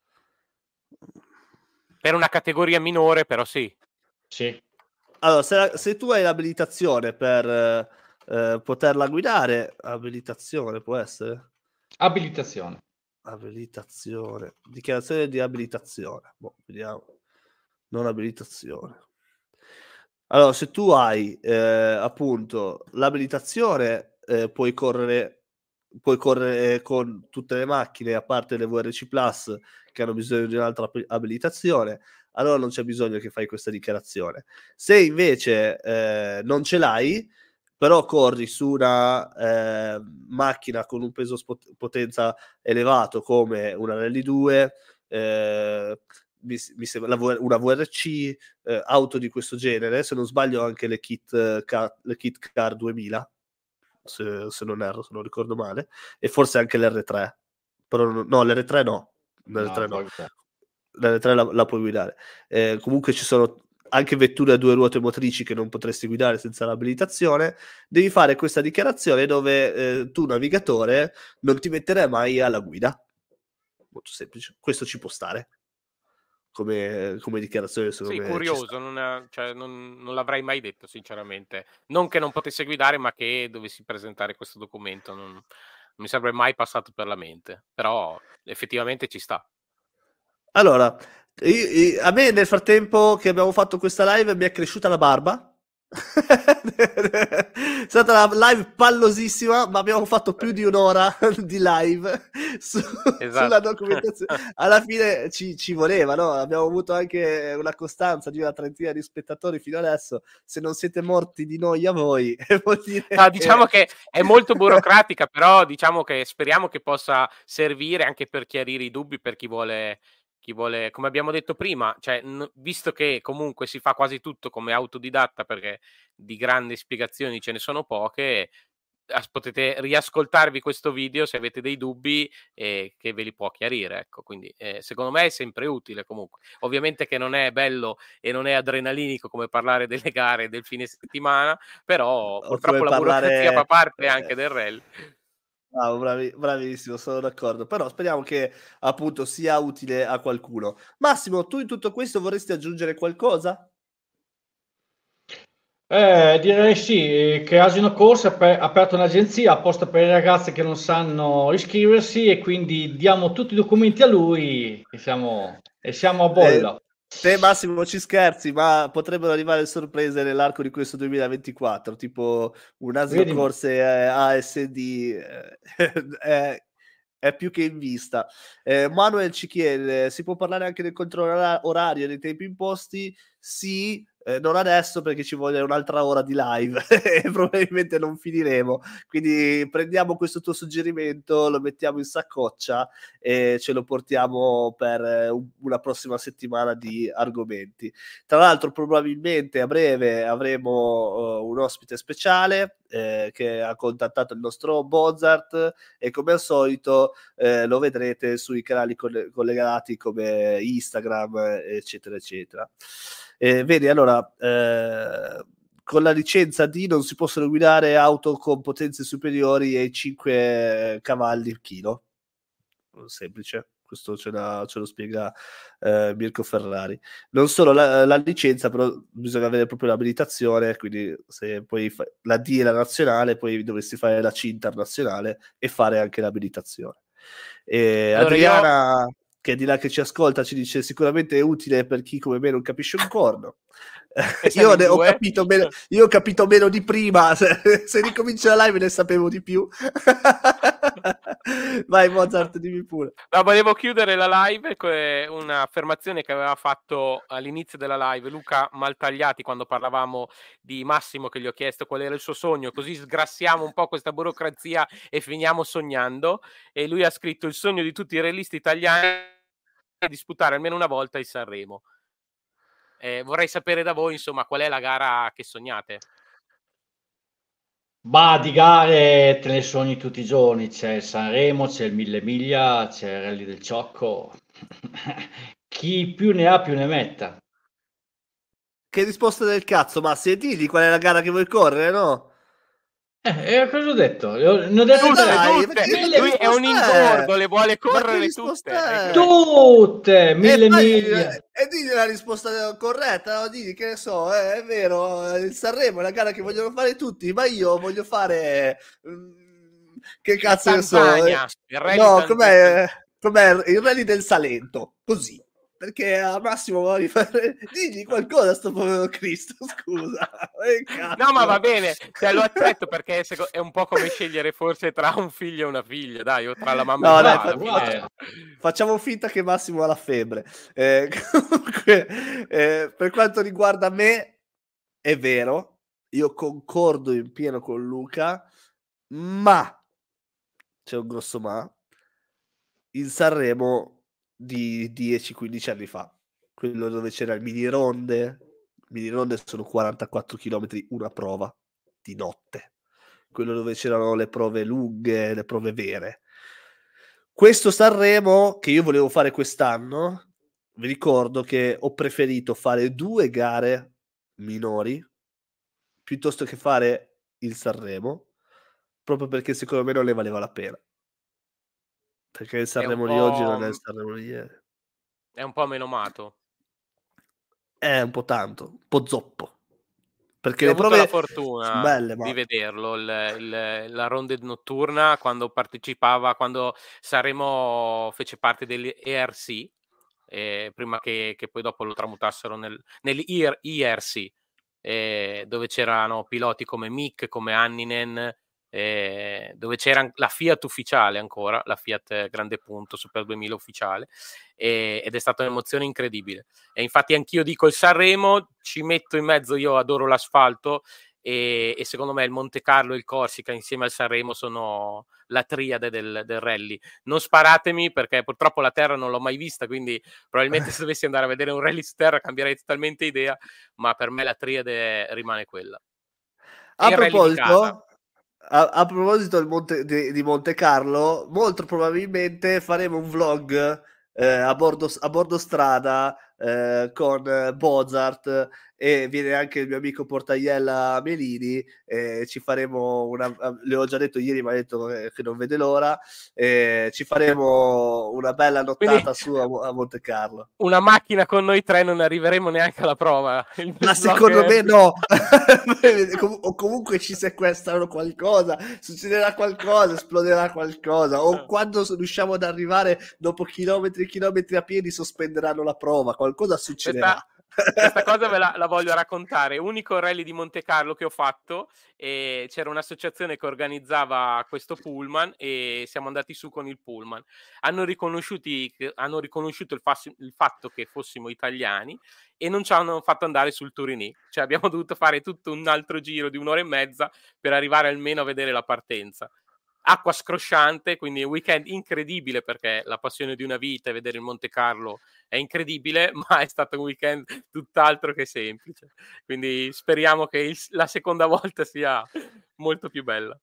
Per una categoria minore, però sì. Sì. Allora, se, la- se tu hai l'abilitazione per eh, eh, poterla guidare, abilitazione può essere? Abilitazione. Abilitazione, dichiarazione di abilitazione. Boh, vediamo. Non abilitazione. Allora, se tu hai eh, appunto l'abilitazione, eh, puoi correre, puoi correre con tutte le macchine, a parte le V R C Plus che hanno bisogno di un'altra ap- abilitazione, allora non c'è bisogno che fai questa dichiarazione. Se invece eh, non ce l'hai, però corri su una eh, macchina con un peso spot- potenza elevato come una Rally due, eh, mi, mi sembra la V- una V R C, eh, auto di questo genere, se non sbaglio anche le kit, eh, car, le kit car duemila, se, se non erro, se non ricordo male, e forse anche l'R tre, però no, no l'R tre no, l'R tre no, No, l'R tre la, la puoi guidare. Eh, comunque ci sono anche vetture a due ruote motrici che non potresti guidare senza l'abilitazione. Devi fare questa dichiarazione dove eh, tu, navigatore, non ti metterai mai alla guida. Molto semplice, questo ci può stare come, come dichiarazione, secondo Sì, me ci sta. curioso, non, è- cioè, non, non l'avrei mai detto, sinceramente. Non che non potesse guidare, ma che dovessi presentare questo documento. Non, non mi sarebbe mai passato per la mente. Però effettivamente ci sta. Allora, io- io- a me nel frattempo che abbiamo fatto questa live mi è cresciuta la barba. È stata una live pallosissima, ma abbiamo fatto più di un'ora di live su- sulla Esatto. documentazione. Alla fine ci, ci voleva, no? Abbiamo avuto anche una costanza di una trentina di spettatori fino adesso. Se non siete morti di noia voi, vuol dire No, che... diciamo che è molto burocratica, però diciamo che speriamo che possa servire anche per chiarire i dubbi per chi vuole, chi vuole, come abbiamo detto prima, cioè, n- visto che comunque si fa quasi tutto come autodidatta, perché di grandi spiegazioni ce ne sono poche, as- potete riascoltarvi questo video se avete dei dubbi e che ve li può chiarire, ecco. Quindi eh, secondo me è sempre utile comunque. Ovviamente che non è bello e non è adrenalinico come parlare delle gare del fine settimana, però O purtroppo come la burocrazia fa parlare... parte eh, anche del rally. Bravo, bravi- bravissimo, sono d'accordo. Però speriamo che appunto sia utile a qualcuno. Massimo, tu in tutto questo vorresti aggiungere qualcosa? Eh, direi sì, che Asino Corse ha aper- ha aperto un'agenzia apposta per i ragazzi che non sanno iscriversi e quindi diamo tutti i documenti a lui e siamo, e siamo a Eh, bolla. te Massimo ci scherzi, ma potrebbero arrivare sorprese nell'arco di questo duemilaventiquattro, tipo un Asino Vedi, Corse eh, A S D eh, è, è più che in vista. Eh, Manuel ci chiede, si può parlare anche del controllo ora- orario e dei tempi imposti? Sì, Eh, non adesso perché ci vuole un'altra ora di live e probabilmente non finiremo, quindi prendiamo questo tuo suggerimento, lo mettiamo in saccoccia e ce lo portiamo per eh, un- una prossima settimana di argomenti. Tra l'altro probabilmente a breve avremo uh, un ospite speciale eh, che ha contattato il nostro Bozart e come al solito eh, lo vedrete sui canali coll- collegati come Instagram eccetera eccetera. Eh, vedi, allora, eh, con la licenza D non si possono guidare auto con potenze superiori ai cinque cavalli il chilo. Semplice, questo ce, la, ce lo spiega eh, Mirko Ferrari. Non solo la, la licenza, però bisogna avere proprio l'abilitazione, quindi se poi fa, la D è la nazionale, poi dovresti fare la C internazionale e fare anche l'abilitazione. E Allora, Adriana... io... che è di là che ci ascolta, ci dice sicuramente è utile per chi come me non capisce un corno. Siamo io, in ne ho due. capito meno, io ho capito meno di prima, se, se ricomincia la live ne sapevo di più. Vai Mozart, dimmi pure. No, volevo chiudere la live con un'affermazione che aveva fatto all'inizio della live Luca Maltagliati quando parlavamo di Massimo, che gli ho chiesto qual era il suo sogno, così sgrassiamo un po' questa burocrazia e finiamo sognando, e lui ha scritto: il sogno di tutti i realisti italiani è disputare almeno una volta il Sanremo. Eh, vorrei sapere da voi, insomma, qual è la gara che sognate. Bah, di gare te ne sogni tutti i giorni, c'è il Sanremo, c'è il Mille Miglia, c'è il Rally del Ciocco. Chi più ne ha più ne metta. Che risposta del cazzo, ma senti qual è la gara che vuoi correre, no? Eh, eh, cosa ho detto? Ne ho, ne ho detto Eh, Tutte, tre. dai, tutte. ma che Lui è un risposta è? ingordo, le vuole Ma che correre risposta tutte. è? Tutte, E Mille fai, Miglia. e digli la risposta corretta, no? Digli che ne so, eh, è vero, il Sanremo è la gara che vogliono fare tutti, ma io voglio fare mm, che cazzo ne so, eh, Tanzania, il rally no, tan- com'è, com'è il rally del Salento, così. Perché al massimo vuoi fare... Digli qualcosa a sto povero Cristo, scusa. Che cazzo? No, ma va bene, te lo accetto perché è un po' come scegliere forse tra un figlio e una figlia, dai, o tra la mamma No, e il dai, papà. fa- Alla fine... faccia- facciamo finta che Massimo ha la febbre. Eh, comunque, eh, per quanto riguarda me, è vero, io concordo in pieno con Luca, ma c'è un grosso ma. Il Sanremo di dieci quindici anni fa, quello dove c'era il mini ronde, mini ronde sono quarantaquattro chilometri una prova di notte, quello dove c'erano le prove lunghe, le prove vere. Questo Sanremo che io volevo fare quest'anno, vi ricordo che ho preferito fare due gare minori piuttosto che fare il Sanremo, proprio perché secondo me non ne valeva la pena. Perché il È un Sanremo di oggi non è il po', Sanremo di ieri. è un po' menomato. È un po' tanto, un po' zoppo. Perché Io ho le avuto la prove sono fortuna belle, ma di vederlo, il, il- la ronde notturna, quando partecipava, quando Sanremo fece parte dell'E R C, eh, prima che, che poi dopo lo tramutassero nel, nell'E R C, eh, dove c'erano piloti come Mick, come Anninen, eh, dove c'era la Fiat ufficiale ancora, la Fiat Grande Punto Super duemila ufficiale, eh, ed è stata un'emozione incredibile. E infatti anch'io dico il Sanremo, ci metto in mezzo, io adoro l'asfalto, e, e secondo me il Monte Carlo e il Corsica insieme al Sanremo sono la triade del, del rally. Non sparatemi perché purtroppo la terra non l'ho mai vista, quindi probabilmente se dovessi andare a vedere un rally su terra cambierei totalmente idea, ma per me la triade rimane quella. E a il rally di casa. proposito, a, a proposito del Monte, di, di Monte Carlo, molto probabilmente faremo un vlog eh, a, bordo, a bordo strada eh, con eh, Bozart e viene anche il mio amico Portaiella Melini e ci faremo una, le ho già detto ieri, ma ha detto che non vede l'ora, e ci faremo una bella nottata Quindi, su a, a Monte Carlo. Una macchina con noi tre non arriveremo neanche alla prova. Il Ma secondo me no, o comunque ci sequestrano qualcosa, succederà qualcosa, esploderà qualcosa, o quando riusciamo ad arrivare dopo chilometri e chilometri a piedi sospenderanno la prova, qualcosa succederà. Questa, questa cosa ve la, la voglio raccontare. Unico rally di Monte Carlo che ho fatto, e c'era un'associazione che organizzava questo pullman e siamo andati su con il pullman. Hanno, riconosciuti, hanno riconosciuto il, fas- il fatto che fossimo italiani e non ci hanno fatto andare sul Turinì. Cioè abbiamo dovuto fare tutto un altro giro di un'ora e mezza per arrivare almeno a vedere la partenza. Acqua scrosciante, quindi un weekend incredibile, perché la passione di una vita e vedere il Monte Carlo è incredibile, ma è stato un weekend tutt'altro che semplice. Quindi speriamo che il, la seconda volta sia molto più bella.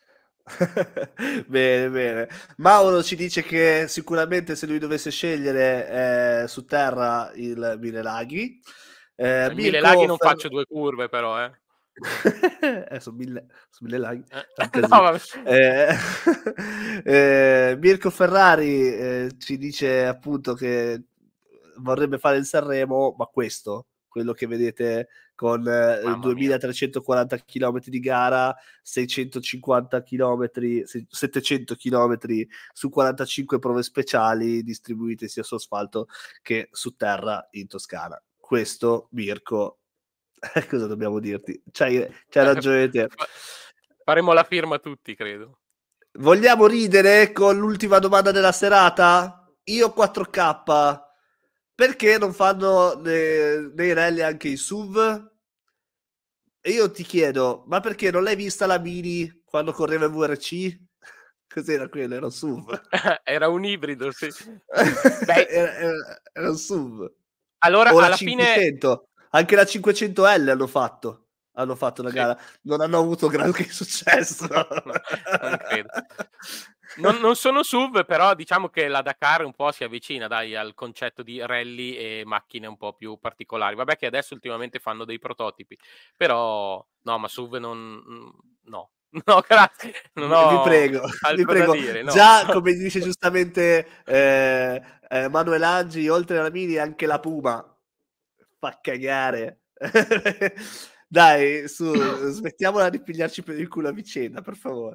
Bene, bene. Mauro ci dice che sicuramente se lui dovesse scegliere eh, su terra il Mille Laghi. Eh, Il Mille Mirko Laghi non Fer- faccio due curve, però, eh. eh, sono mille, sono mille laghi. Eh. No, vabbè. Eh, eh, Mirko Ferrari eh, ci dice appunto che vorrebbe fare il Sanremo, ma questo, quello che vedete con eh, duemilatrecentoquaranta chilometri di gara, seicentocinquanta chilometri, settecento chilometri su quarantacinque prove speciali distribuite sia su asfalto che su terra in Toscana. Questo, Mirko, cosa dobbiamo dirti? C'hai, c'hai ragione te. Faremo la firma tutti, credo. Vogliamo ridere con l'ultima domanda della serata? Io quattro K, perché non fanno dei, dei rally anche i S U V? E io ti chiedo, ma perché non l'hai vista la Mini quando correva in V R C? Cos'era quello? Era un S U V. Era un ibrido, sì. Beh, era, era, era un S U V. Allora, o la alla cinquecento. Fine... Anche la cinquecento L hanno fatto. Hanno fatto la sì. gara. Non hanno avuto grande successo. Non credo. Non, non sono S U V, però diciamo che la Dakar un po' si avvicina, dai, al concetto di rally e macchine un po' più particolari. Vabbè che adesso ultimamente fanno dei prototipi, però no, ma S U V non... no. No, grazie. Non ho vi prego, vi prego. Dire, no. Già, come dice giustamente eh, eh, Manuel Angi, oltre alla Mini anche la Puma fa cagare. Dai, su, smettiamola di pigliarci per il culo a vicenda, per favore.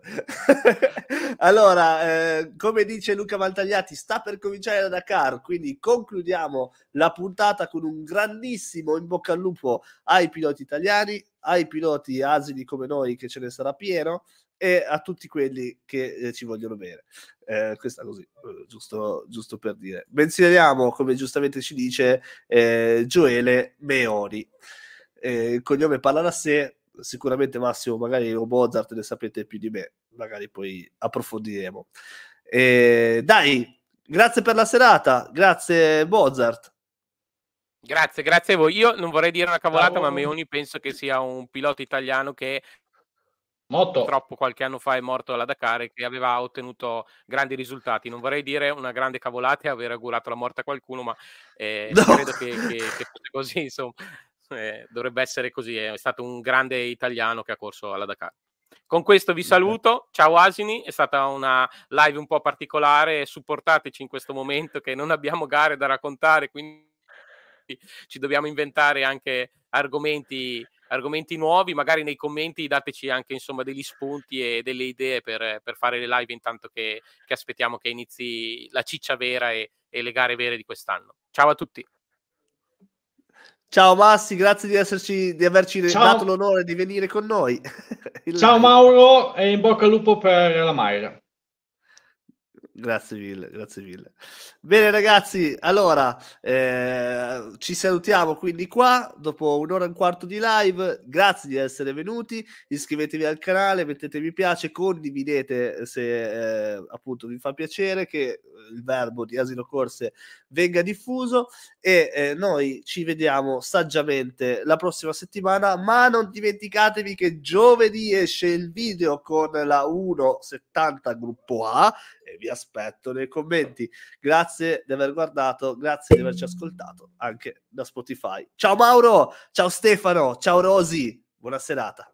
Allora, eh, come dice Luca Maltagliati, sta per cominciare la Dakar, quindi concludiamo la puntata con un grandissimo in bocca al lupo ai piloti italiani, ai piloti asini come noi, che ce ne sarà pieno, e a tutti quelli che eh, ci vogliono bene. Eh, questa così, eh, giusto, giusto per dire. Menzioniamo, come giustamente ci dice eh, Gioele Meoni. Eh, il cognome parla da sé, sicuramente Massimo magari o Mozart ne sapete più di me, magari poi approfondiremo. Eh, dai, grazie per la serata, grazie Mozart. Grazie, grazie a voi. Io non vorrei dire una cavolata, Ciao. ma Meoni penso che sia un pilota italiano che Molto. purtroppo qualche anno fa è morto alla Dakar e che aveva ottenuto grandi risultati. Non vorrei dire una grande cavolata e aver augurato la morte a qualcuno, ma eh, no. credo che, che, che fosse così, insomma. Eh, dovrebbe essere così, è stato un grande italiano che ha corso alla Dakar. Con questo vi saluto, ciao asini, è stata una live un po' particolare, supportateci in questo momento che non abbiamo gare da raccontare, quindi ci dobbiamo inventare anche argomenti, argomenti nuovi, magari nei commenti dateci anche insomma degli spunti e delle idee per, per fare le live intanto che, che aspettiamo che inizi la ciccia vera e, e le gare vere di quest'anno. Ciao a tutti. Ciao Massi, grazie di esserci, di averci Ciao. dato l'onore di venire con noi. Ciao live. Mauro e in bocca al lupo per la Mayra. Grazie mille, grazie mille. Bene ragazzi, allora eh, ci salutiamo quindi qua dopo un'ora e un quarto di live. Grazie di essere venuti, iscrivetevi al canale, mettete mi piace, condividete se eh, appunto vi fa piacere che il verbo di Asino Corse venga diffuso e eh, noi ci vediamo saggiamente la prossima settimana, ma non dimenticatevi che giovedì esce il video con la uno settanta gruppo A e vi aspetto nei commenti. Grazie di aver guardato, grazie di averci ascoltato anche da Spotify. Ciao Mauro, ciao Stefano, ciao Rosi, buona serata.